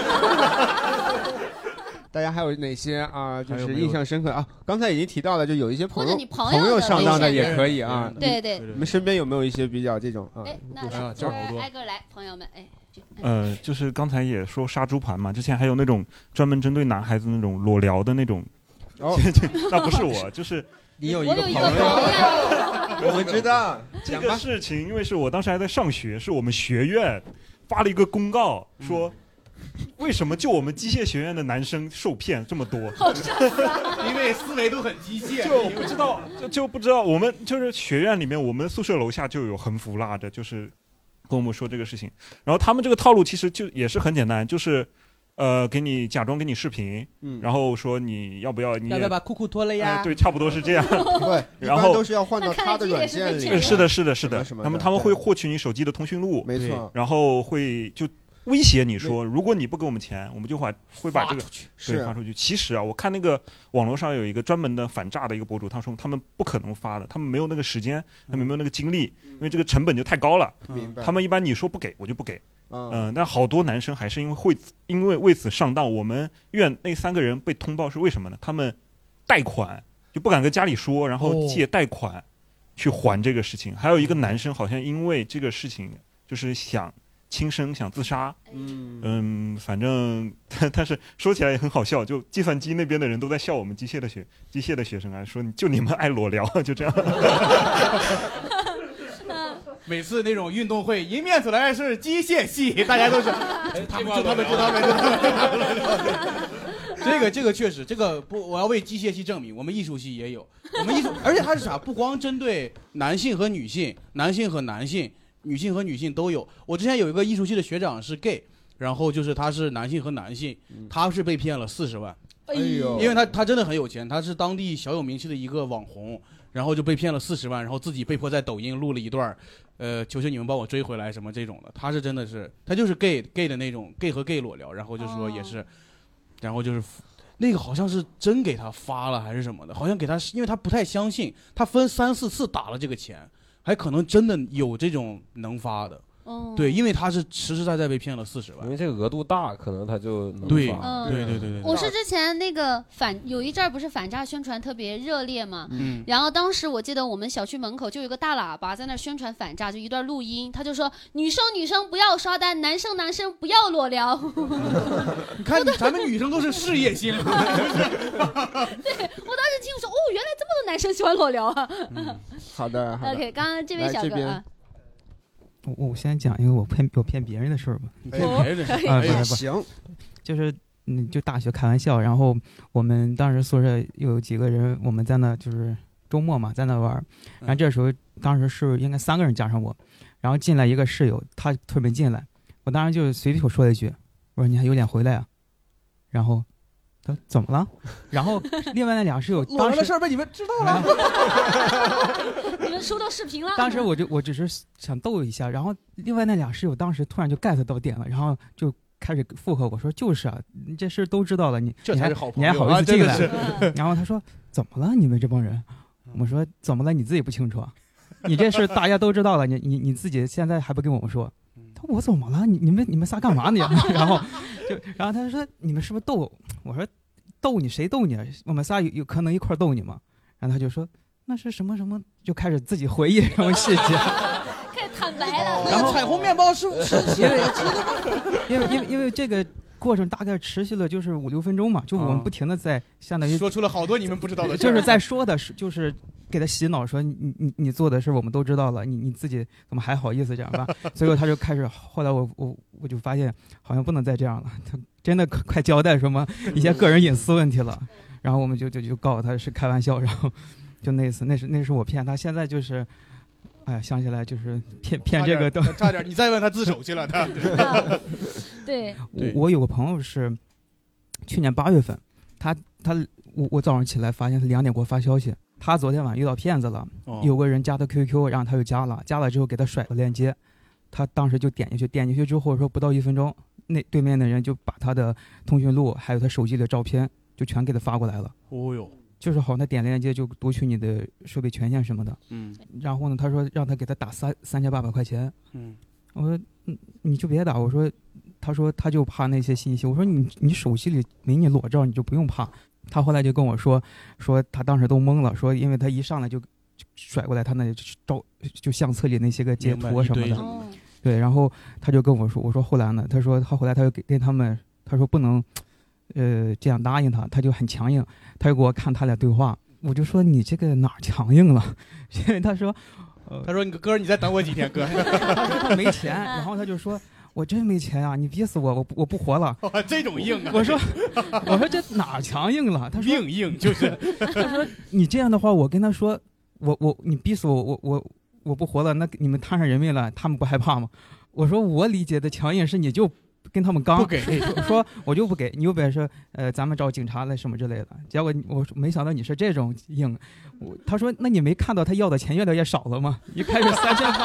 大家还有哪些就是印象深刻啊？刚才已经提到了，就有一些朋友上当的也可以对， 你们身边有没有一些比较这种那挨个来，朋友们就是刚才也说杀猪盘嘛，之前还有那种专门针对男孩子那种裸聊的那种。那不是我，就是你有一个朋友，我们知道这个事情，因为是我当时还在上学，是我们学院发了一个公告说。为什么就我们机械学院的男生受骗这么多？ 因为思维都很机械， 就不知道。我们就是学院里面，我们宿舍楼下就有横幅拉着，就是跟我们说这个事情。然后他们这个套路其实就也是很简单，就是给你假装给你视频，然后说你要不要把裤裤脱了呀？ 对，差不多是这样。 对，然后都是要换到他的软件里。 是的。他们会获取你手机的通讯录， 没错， 然后会就。威胁你说，如果你不给我们钱，我们就会把这个发出去。其实我看那个网络上有一个专门的反诈的一个博主，他说他们不可能发的，他们没有那个时间，他们没有那个精力，因为这个成本就太高了。他们一般你说不给，我就不给。但好多男生还是因为为此上当。我们院那3个人被通报是为什么呢？他们贷款就不敢跟家里说，然后借贷款去还这个事情。还有一个男生好像因为这个事情就是想自杀，反正但是说起来也很好笑，就计算机那边的人都在笑我们机械的学生说就你们爱裸聊，就这样。 每次那种运动会迎面走来是机械系，大家都是他们。这个确实，这个不，我要为机械系证明，我们艺术系也有，而且它是啥？不光针对男性和女性，男性和男性。女性和女性都有。我之前有一个艺术系的学长是 gay， 然后就是他是男性和男性，他是被骗了40万。 哎呦， 因为他真的很有钱，他是当地小有名气的一个网红，然后就被骗了40万，然后自己被迫在抖音录了一段，求求你们帮我追回来什么这种的。他是真的是，他就是 gay 的那种 gay 和 gay 裸聊，然后就说也是，然后就是那个好像是真给他发了还是什么的，好像给他，因为他不太相信，他分3-4次打了这个钱。还可能真的有这种能发的， 对，因为他是实实在在被骗了40万， 因为这个额度大，可能他就能对对。 我是之前那个有一阵儿不是反诈宣传特别热烈嘛，然后当时我记得我们小区门口就有个大喇叭在那宣传反诈，就一段录音，他就说女生不要刷单，男生不要裸聊。 你看咱们女生都是事业心。对，我当时听我说原来这么多男生喜欢裸聊啊。 好的 OK， 刚刚这位小哥啊。 我先讲一个我骗别人的事儿吧。 骗别人的事行， 就是就大学开玩笑，然后我们当时宿舍有几个人，我们在那就是周末嘛，在那玩，然后这时候当时是应该3个人加上我，然后进来一个室友，他特别进来，我当时就随口说了一句，我说你还有脸回来啊？然后他说怎么了？然后另外那俩室友当时的事儿被你们知道了。 你们收到视频了。 当时我只是想逗一下，然后另外那俩室友当时突然就 get 到点了，然后就开始附和我说就是啊，你这事都知道了，你还好意思进来。然后他说怎么了你们这帮人？我说怎么了你自己不清楚啊？你这事大家都知道了，你自己现在还不跟我们说？他说我怎么了？你们仨干嘛呢？然后他说你们是不是逗？我说逗你谁逗你？我们仨有可能一块逗你吗？然后他就说那是什么什么，就开始自己回忆什么细节， 开始坦白了。 然后彩虹面包是因为这个过程大概持续了就是5-6分钟嘛，就我们不停的在相当于说出了好多你们不知道的事， 就是在说的是就是给他洗脑说你做的事我们都知道了，你自己怎么还好意思这样吧？所以他就开始，后来我就发现好像不能再这样了，他真的快交代什么一些个人隐私问题了，然后我们就告诉他是开玩笑，然后就那次那是我骗他，现在就是哎呀想起来就是骗这个都差点你再问他自首去了他。 对， 我有个朋友是去年8月份，我早上起来发现他2点给我发消息，他昨天晚上遇到骗子了，有个人加他 QQ， 然后他就加了之后给他甩了链接，他当时就点进去之后说不到1分钟，那对面的人就把他的通讯录还有他手机的照片就全给他发过来了。 哦哟， 就是好像他点链接就读取你的设备权限什么的。然后呢，他说让他给他打3800块钱。我说你就别打，我说，他说他就怕那些信息，我说你手机里没你裸照你就不用怕。他后来就跟我说他当时都懵了，说因为他一上来就甩过来他那照就相册里那些个截图什么的。对，然后他就跟我说，我说后来呢？他说后来他就跟他们，他说不能这样答应他，他就很强硬，他就给我看他俩对话，我就说你这个哪儿强硬了？因为他说哥你再等我几天，哥。 他说他没钱，然后他就说我真没钱啊，你逼死我不活了。 这种硬啊！ 我说这哪强硬了？他说命硬就是。 他说你这样的话，我跟他说你逼死我不活了，那你们摊上人命了，他们不害怕吗？我说我理解的强硬是你就跟他们刚不给， 说我就不给你，有本事咱们找警察来什么之类的。结果我没想到你是这种硬。他说那你没看到他要的钱越来越少了吗？一开始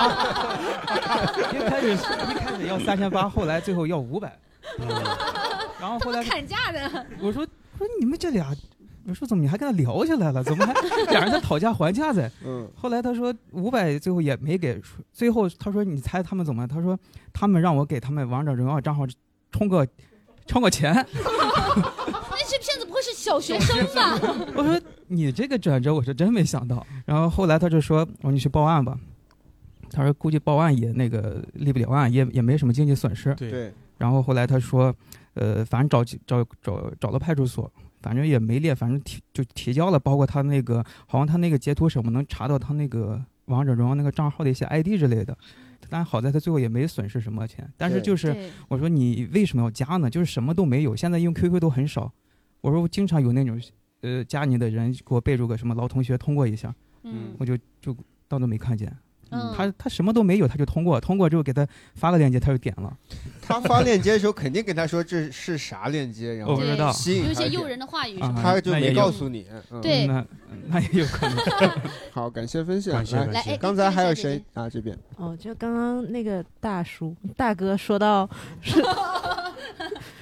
3800，一开始要3800，后来最后要500。然后后来砍价的。 我说你们这俩。我说怎么你还跟他聊起来了？怎么还俩人在讨价还价在？后来他说500，最后也没给。最后他说你猜他们怎么？他说他们让我给他们王者荣耀账号充个钱。 那些骗子不会是小学生吧？ 我说你这个转折我是真没想到。然后后来他就说我说你去报案吧。他说估计报案也那个立不了案，也没什么经济损失。 对。 然后后来他说反正找了派出所。反正也没列，反正提交了，包括他那个好像他那个截图什么能查到他那个王者荣耀那个账号的一些 ID 之类的，但好在他最后也没损失什么钱。但是就是我说你为什么要加呢？就是什么都没有，现在用 QQ 都很少。我说我经常有那种加你的人给我备注个什么老同学通过一下，我就当做没看见。他什么都没有，他就通过之后给他发个链接，他就点了。 他发链接的时候肯定跟他说这是啥链接，然后吸引他， 有些诱人的话语什么的， 他就没告诉你。 对， 那也有可能。 好，感谢分享。来，刚才还有谁啊？这边就刚刚那个大哥说到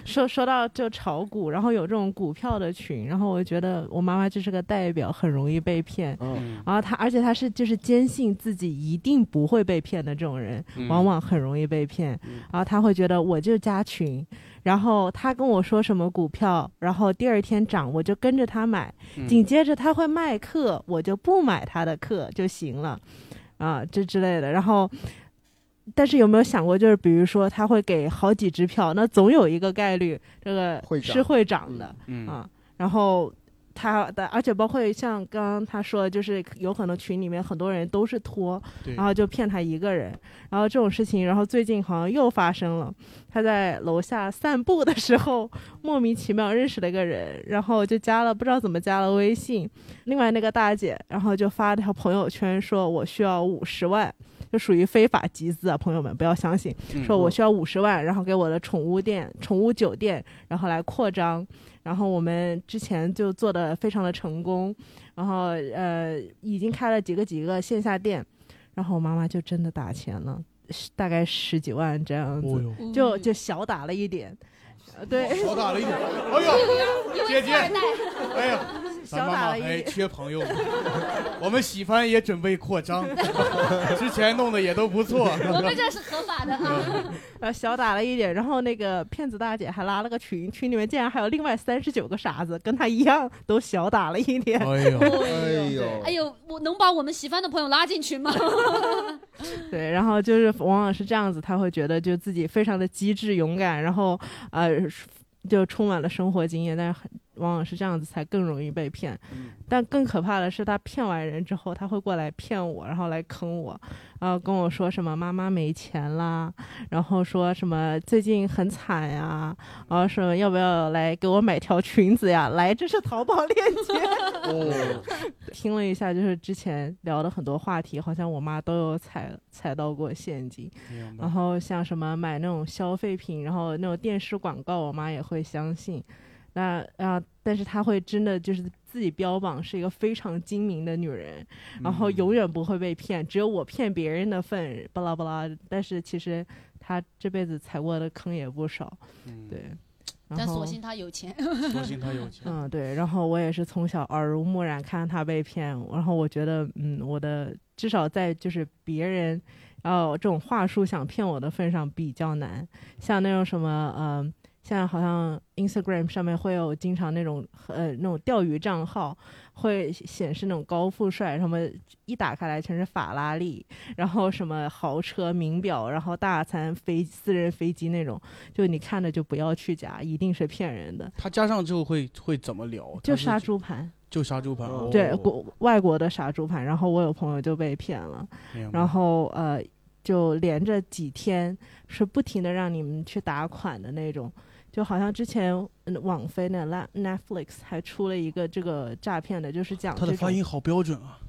说到就炒股，然后有这种股票的群，然后我觉得我妈妈就是个代表，很容易被骗。然后而且她是就是坚信自己一定不会被骗的这种人，往往很容易被骗。然后她会觉得我就加群，然后他跟我说什么股票，然后第二天涨我就跟着他买，紧接着他会卖课，我就不买他的课就行了，这之类的。然后但是有没有想过，就是比如说他会给好几支票，那总有一个概率这个是会涨的然后而且包括像刚刚他说的，就是有可能群里面很多人都是托，然后就骗他一个人，然后这种事情，然后最近好像又发生了，他在楼下散步的时候莫名其妙认识了一个人，然后就不知道怎么加了微信，另外那个大姐然后就发了条朋友圈说我需要50万，就属于非法集资啊，朋友们不要相信，说我需要50万，然后给我的宠物酒店然后来扩张，然后我们之前就做的非常的成功，然后已经开了几个线下店，然后我妈妈就真的打钱了，大概10几万这样子，就小打了一点，对， 小打了一点，哎呦，姐姐，哎呀， 小打了一点， 缺朋友，我们喜番也准备扩张，之前弄的也都不错， 我们这是合法的小打了一点，然后那个骗子大姐还拉了个群里面竟然还有另外39个傻子跟她一样都小打了一点， 哎呦，我能把我们喜番的朋友拉进群吗？ 对，然后就是往往是这样子，他会觉得就自己非常的机智勇敢，然后就充满了生活经验，但是往往是这样子才更容易被骗。但更可怕的是，他骗完人之后，他会过来骗我，然后来坑我，然后跟我说什么妈妈没钱啦，然后说什么最近很惨呀，然后说要不要来给我买条裙子呀？来，这是淘宝链接。听了一下，就是之前聊的很多话题，好像我妈都有踩到过陷阱。然后像什么买那种消费品，然后那种电视广告，我妈也会相信。但是她会真的就是自己标榜是一个非常精明的女人，然后永远不会被骗，只有我骗别人的份，巴拉巴拉。但是其实她这辈子踩过的坑也不少，对。 但所幸她有钱， 对。然后我也是从小耳濡目染，看她被骗，然后我觉得，我的至少在就是别人，这种话术想骗我的份上比较难，像那种什么像好像 Instagram 上面会有经常那种钓鱼账号，会显示那种高富帅，什么一打开来全是法拉利，然后什么豪车名表，然后大餐私人飞机那种，就你看着就不要去加，一定是骗人的。 他加上之后会怎么聊？ 就杀猪盘。对，外国的杀猪盘。然后我有朋友就被骗了，然后就连着几天是不停的让你们去打款的那种。就好像之前网飞的 Netflix 还出了一个这个诈骗的，就是讲他的发音好标准啊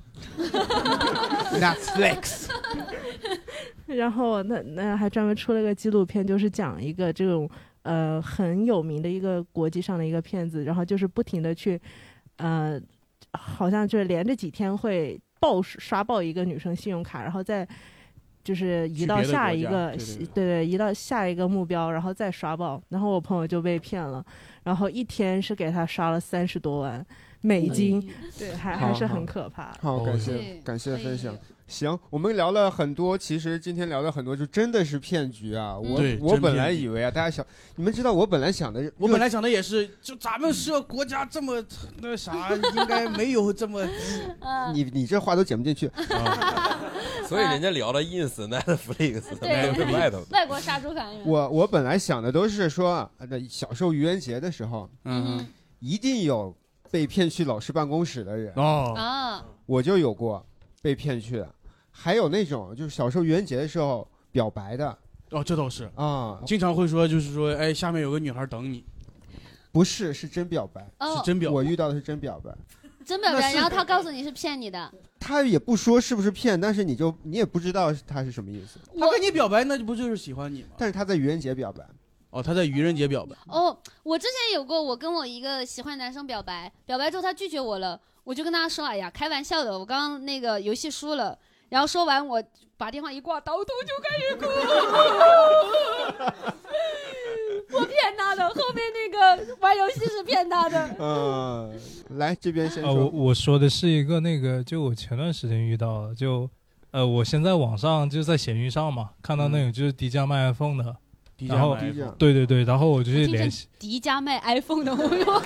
Netflix 然后那还专门出了个纪录片，就是讲一个这种很有名的一个国际上的一个骗子，然后就是不停的去好像就是连着几天会刷爆一个女生信用卡，然后再就是移到下一个，对，移到下一个目标，然后再刷爆。然后我朋友就被骗了，然后一天是给他刷了30多万美金，对，还是很可怕。 好，感谢分享。行，我们聊了很多，其实今天聊了很多，就真的是骗局啊！我本来以为啊，大家想，你们知道我本来想的也是，就咱们是个国家这么那啥，应该没有这么， 你这话都剪不进去。 所以人家聊了 ins、Netflix， 外头外国杀猪盘。 我本来想的都是说，小时候愚人节的时候，一定有被骗去老师办公室的人我就有过被骗去的。还有那种就是小时候愚人节的时候表白的， 这倒是经常会说，就是说，哎，下面有个女孩等你， 不是，是真表白， 是真表白， 我遇到的是真表白， 然后他告诉你是骗你的， 他也不说是不是骗，但是你也不知道他是什么意思。 他跟你表白，那不就是喜欢你吗？ 但是他在愚人节表白。 他在愚人节表白。 我之前有过，我跟我一个喜欢男生表白之后他拒绝我了，我就跟他说，哎呀，开玩笑的，我刚刚那个游戏输了。然后说完，我把电话一挂，倒头就开始哭。我骗骗他的，后面那个玩游戏是骗他的。 来这边先说。 我说的是一个那个，就我前段时间遇到的，就我先在网上就在闲鱼上嘛，看到那种就是低价卖 iPhone 的。然后对，然后我就去联系迪迦卖 iPhone 的，我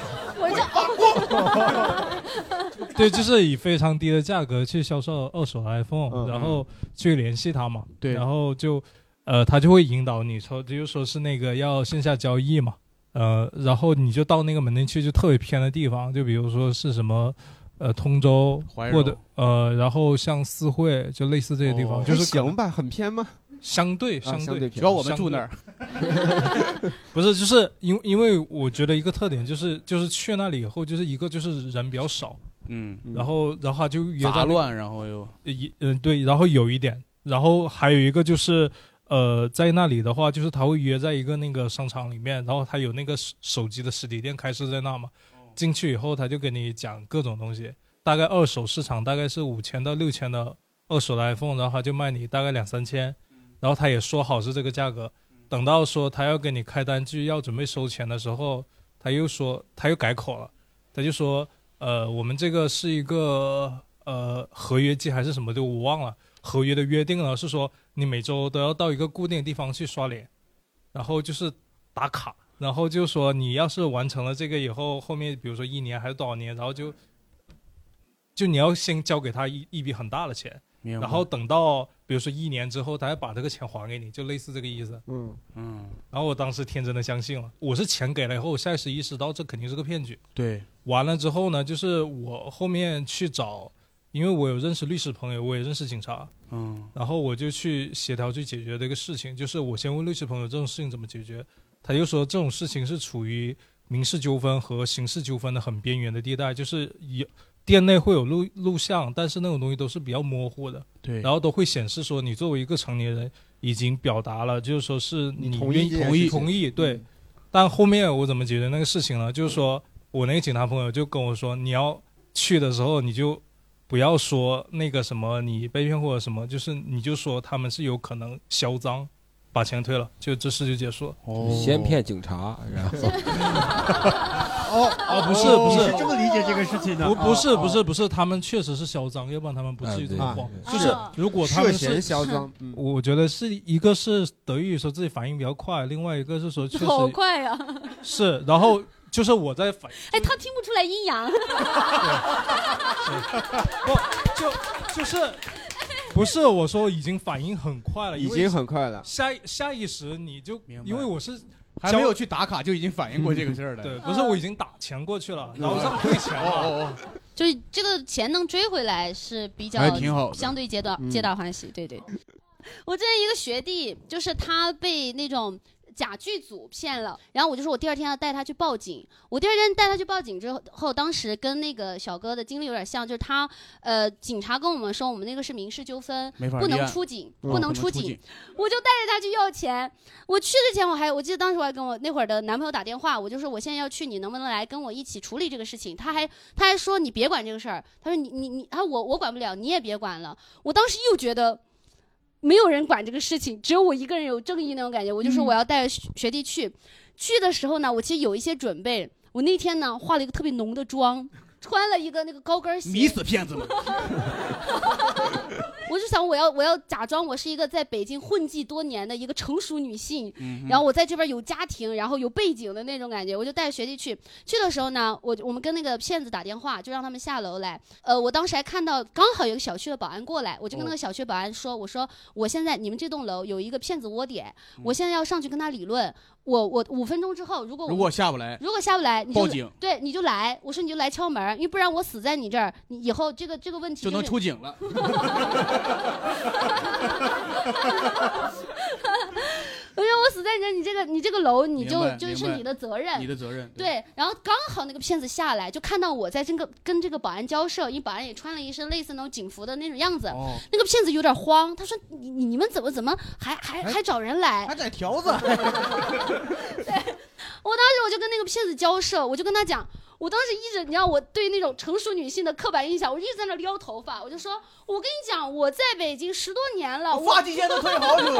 就对，就是以非常低的价格去销售二手的 iPhone，然后去联系他嘛，对，然后就他就会引导你就说是那个要线下交易嘛，然后你就到那个门店去，就特别偏的地方，就比如说是什么通州或者然后像四惠，就类似这些地方，就是行吧，很偏吗？ 相对偏，主要我们住那儿。 不是，就是因为我觉得一个特点就是去那里以后，就是一个就是人比较少，然后他就约杂乱，然后又对，然后有一点，然后还有一个就是在那里的话，就是他会约在一个那个商场里面，然后他有那个手机的实体店开设在那嘛，进去以后他就跟你讲各种东西，大概二手市场大概是5000到6000的二手的 iPhone， 然后他就卖你大概2-3千。然后他也说好是这个价格，等到说他要给你开单据要准备收钱的时候，他又改口了，他就说我们这个是一个合约季还是什么的我忘了，合约的约定呢是说你每周都要到一个固定的地方去刷脸，然后就是打卡，然后就说你要是完成了这个以后，后面比如说1年还是多少年，然后就你要先交给他一笔很大的钱，然后等到比如说1年之后，他要把这个钱还给你，就类似这个意思。然后我当时天真的相信了，我是钱给了以后，我下意识意识到这肯定是个骗局。 对， 完了之后呢，就是我后面去找，因为我有认识律师朋友，我也认识警察，然后我就去协调去解决这个事情。就是我先问律师朋友这种事情怎么解决，他就说这种事情是处于民事纠纷和刑事纠纷的很边缘的地带，就是店内会有录像，但是那种东西都是比较模糊的，对，然后都会显示说你作为一个成年人已经表达了，就是说是你同意，对。但后面我怎么解决那个事情呢？就是说我那个警察朋友就跟我说，你要去的时候你就不要说那个什么你被骗或者什么，就是你就说他们是有可能销赃，把钱退了，就这事就结束了。 先骗警察，然后不是这么理解这个事情的？ 不是，他们确实是销赃，要不然他们不至于这么慌。就是如果他们涉嫌销赃， 我觉得是一个是得益于说自己反应比较快，另外一个是说确实好快呀。 是，然后就是我在反， 他听不出来阴阳。 就是不是我说已经反应很快了， 已经很快了， 下意识你就因为我是。 还没有去打卡就已经反应过这个事儿了。 对，不是我已经打钱过去了，然后让退钱了。 就是这个钱能追回来是比较挺好， 相对皆大欢喜。对，我之前一个学弟，就是他被那种假剧组骗了，然后我就说我第二天要带他去报警。我第二天带他去报警之后，当时跟那个小哥的经历有点像，就是他警察跟我们说我们那个是民事纠纷，不能出警，不能出警。我就带着他去要钱。我去之前我记得当时我还跟我那会儿的男朋友打电话，我就说我现在要去，你能不能来跟我一起处理这个事情？他还说你别管这个事儿，他说你我管不了，你也别管了。我当时又觉得没有人管这个事情，只有我一个人有正义那种感觉。我就说我要带学弟去的时候呢，我其实有一些准备。我那天呢化了一个特别浓的妆，穿了一个那个高跟鞋， 迷死骗子们。 我就想我要假装我是一个在北京混迹多年的一个成熟女性，然后我在这边有家庭，然后有背景的那种感觉。我就带着学弟去的时候呢，我们跟那个骗子打电话，就让他们下楼来。我当时还看到刚好有个小区的保安过来，我就跟那个小区保安说，我说我现在你们这栋楼有一个骗子窝点，我现在要上去跟他理论。我5分钟之后，如果下不来，你就报警。 对，你就来。我说你就来敲门，因为不然我死在你这儿，你以后这个问题就能出警了。 我说我死在你这个楼，就是你的责任， 你的责任。 对，然后刚好那个骗子下来，就看到我在跟这个保安交涉，因为保安也穿了一身类似那种警服的那种样子。那个骗子有点慌，他说你们怎么还找人来， 还摘条子。 对，我当时我就跟那个骗子交涉，我就跟他讲， 我当时一直，你知道我对那种成熟女性的刻板印象，我一直在那撩头发，我就说，我跟你讲，我在北京10多年了， 发际线都推好久。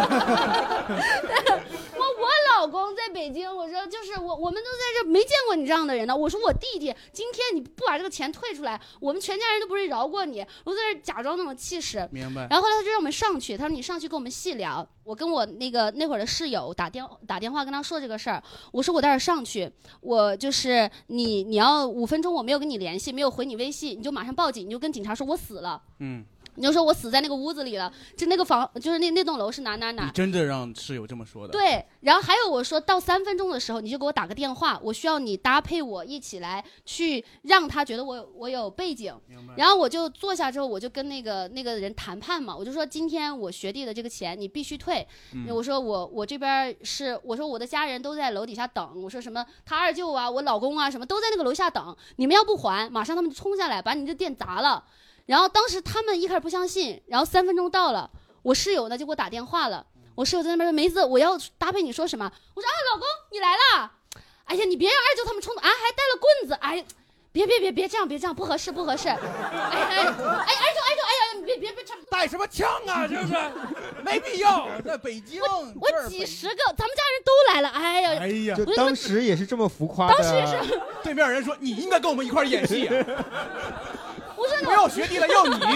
我老公在北京，我说就是我们都在这没见过你这样的人呢。我说我弟弟，今天你不把这个钱退出来，我们全家人都不会饶过你。我在这假装那种气势， 明白。 然后后来他就让我们上去，他说你上去跟我们细聊。我跟我那会儿的室友打电话跟他说这个事儿，我说我待会儿上去，我就是你要5分钟我没有跟你联系，没有回你微信，你就马上报警，你就跟警察说我死了。你就说我死在那个屋子里了，就那个房，就是那栋楼是哪。 你真的让室友这么说的？ 对，然后还有我说到3分钟的时候，你就给我打个电话，我需要你搭配我一起来去让他觉得我有背景。然后我就坐下之后，我就跟那个人谈判嘛，我就说今天我学弟的这个钱你必须退。我说我这边是，我说我的家人都在楼底下等，我说什么他二舅啊，我老公啊什么都在那个楼下等，你们要不还，马上他们就冲下来把你这店砸了。然后当时他们一开始不相信，然后3分钟到了，我室友呢就给我打电话了，我室友在那边说梅子，我要搭配你说什么？我说啊，老公你来了，哎呀你别让二舅他们冲动啊，还带了棍子，哎，别这样，不合适，哎，二舅，哎呀，别带什么枪啊，是不是？没必要，在北京， 我几十个，咱们家人都来了，哎呀， 就当时也是这么浮夸的， 当时也是， 对面人说你应该跟我们一块演戏。 我说不要学弟了，要你。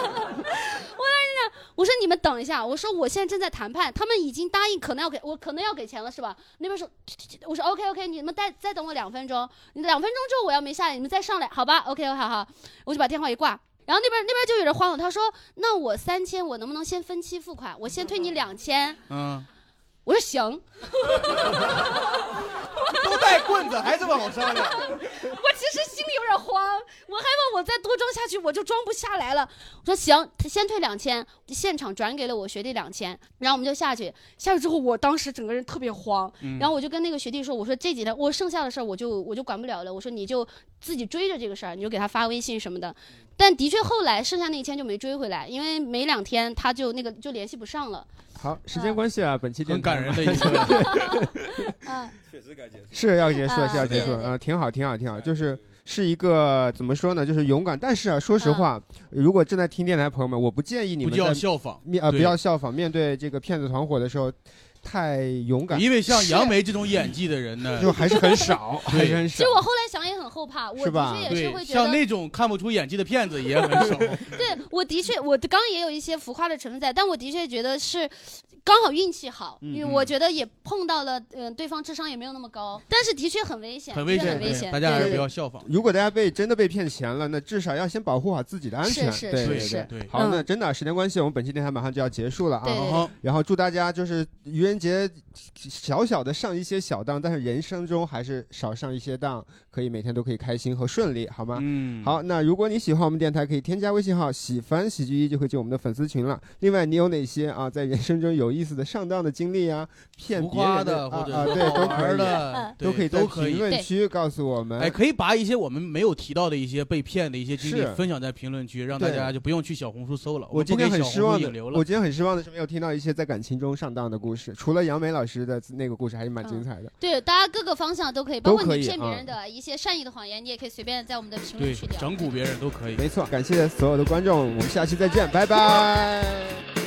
我说你们等一下，我说我现在正在谈判，他们已经答应可能要给钱了是吧？那边说，我说 OK， 你们再等我2分钟，2分钟之后我要没下来，你们再上来，好吧 ？OK， 好，我就把电话一挂。然后那边就有人慌了，他说那我3000，我能不能先分期付款？我先退你2000。我说行。 都带棍子还这么好商量？ 我其实心里有点慌，我害怕我再多装下去我就装不下来了。我说行，先退2000，现场转给了我学弟2000，然后我们就下去之后，我当时整个人特别慌，然后我就跟那个学弟说，我说这几天我剩下的事儿我就管不了了，我说你就自己追着这个事儿，你就给他发微信什么的。但的确后来剩下那1000就没追回来，因为没2天他就联系不上了。 好，时间关系啊，本期很感人的一次。 确实该结束。 是要结束，挺好，是一个怎么说呢，就是勇敢。但是啊，说实话，如果正在听电台的朋友们，我不建议你们不要效仿， 不要效仿。面对这个骗子团伙的时候，太勇敢。 因为像杨梅这种演技的人呢， 就还是很少，还是很少。 其实我后来想也很后怕，我的确也是会觉得， 像那种看不出演技的骗子也很少。 对，我刚刚也有一些浮夸的成分在，但我的确觉得是刚好运气好，因为我觉得也碰到了，对方智商也没有那么高，但是的确很危险，很危险， 大家还是不要效仿。 如果大家真的被骗钱了，那至少要先保护好自己的安全。 是。 好，那真的时间关系，我们本期电台马上就要结束了啊。然后祝大家就是愚人节小的上一些小当，但是人生中还是少上一些当，可以每天都可以开心和顺利，好吗？好，那如果你喜欢我们电台，可以添加微信号喜欢喜剧1就会进我们的粉丝群了。另外，你有哪些在人生中有意思的上当的经历呀？骗别人的或者对都可以在评论区告诉我们。 可以把一些我们没有提到的一些被骗的一些经历分享在评论区，让大家就不用去小红书搜了。 我今天很失望的是没有听到一些在感情中上当的故事，除了杨梅老师的那个故事还是蛮精彩的。 对，大家各个方向都可以，包括你骗别人的一些善意的谎言，你也可以随便在我们的评论区聊。 整蛊别人都可以。 没错，感谢所有的观众，我们下期再见，拜拜。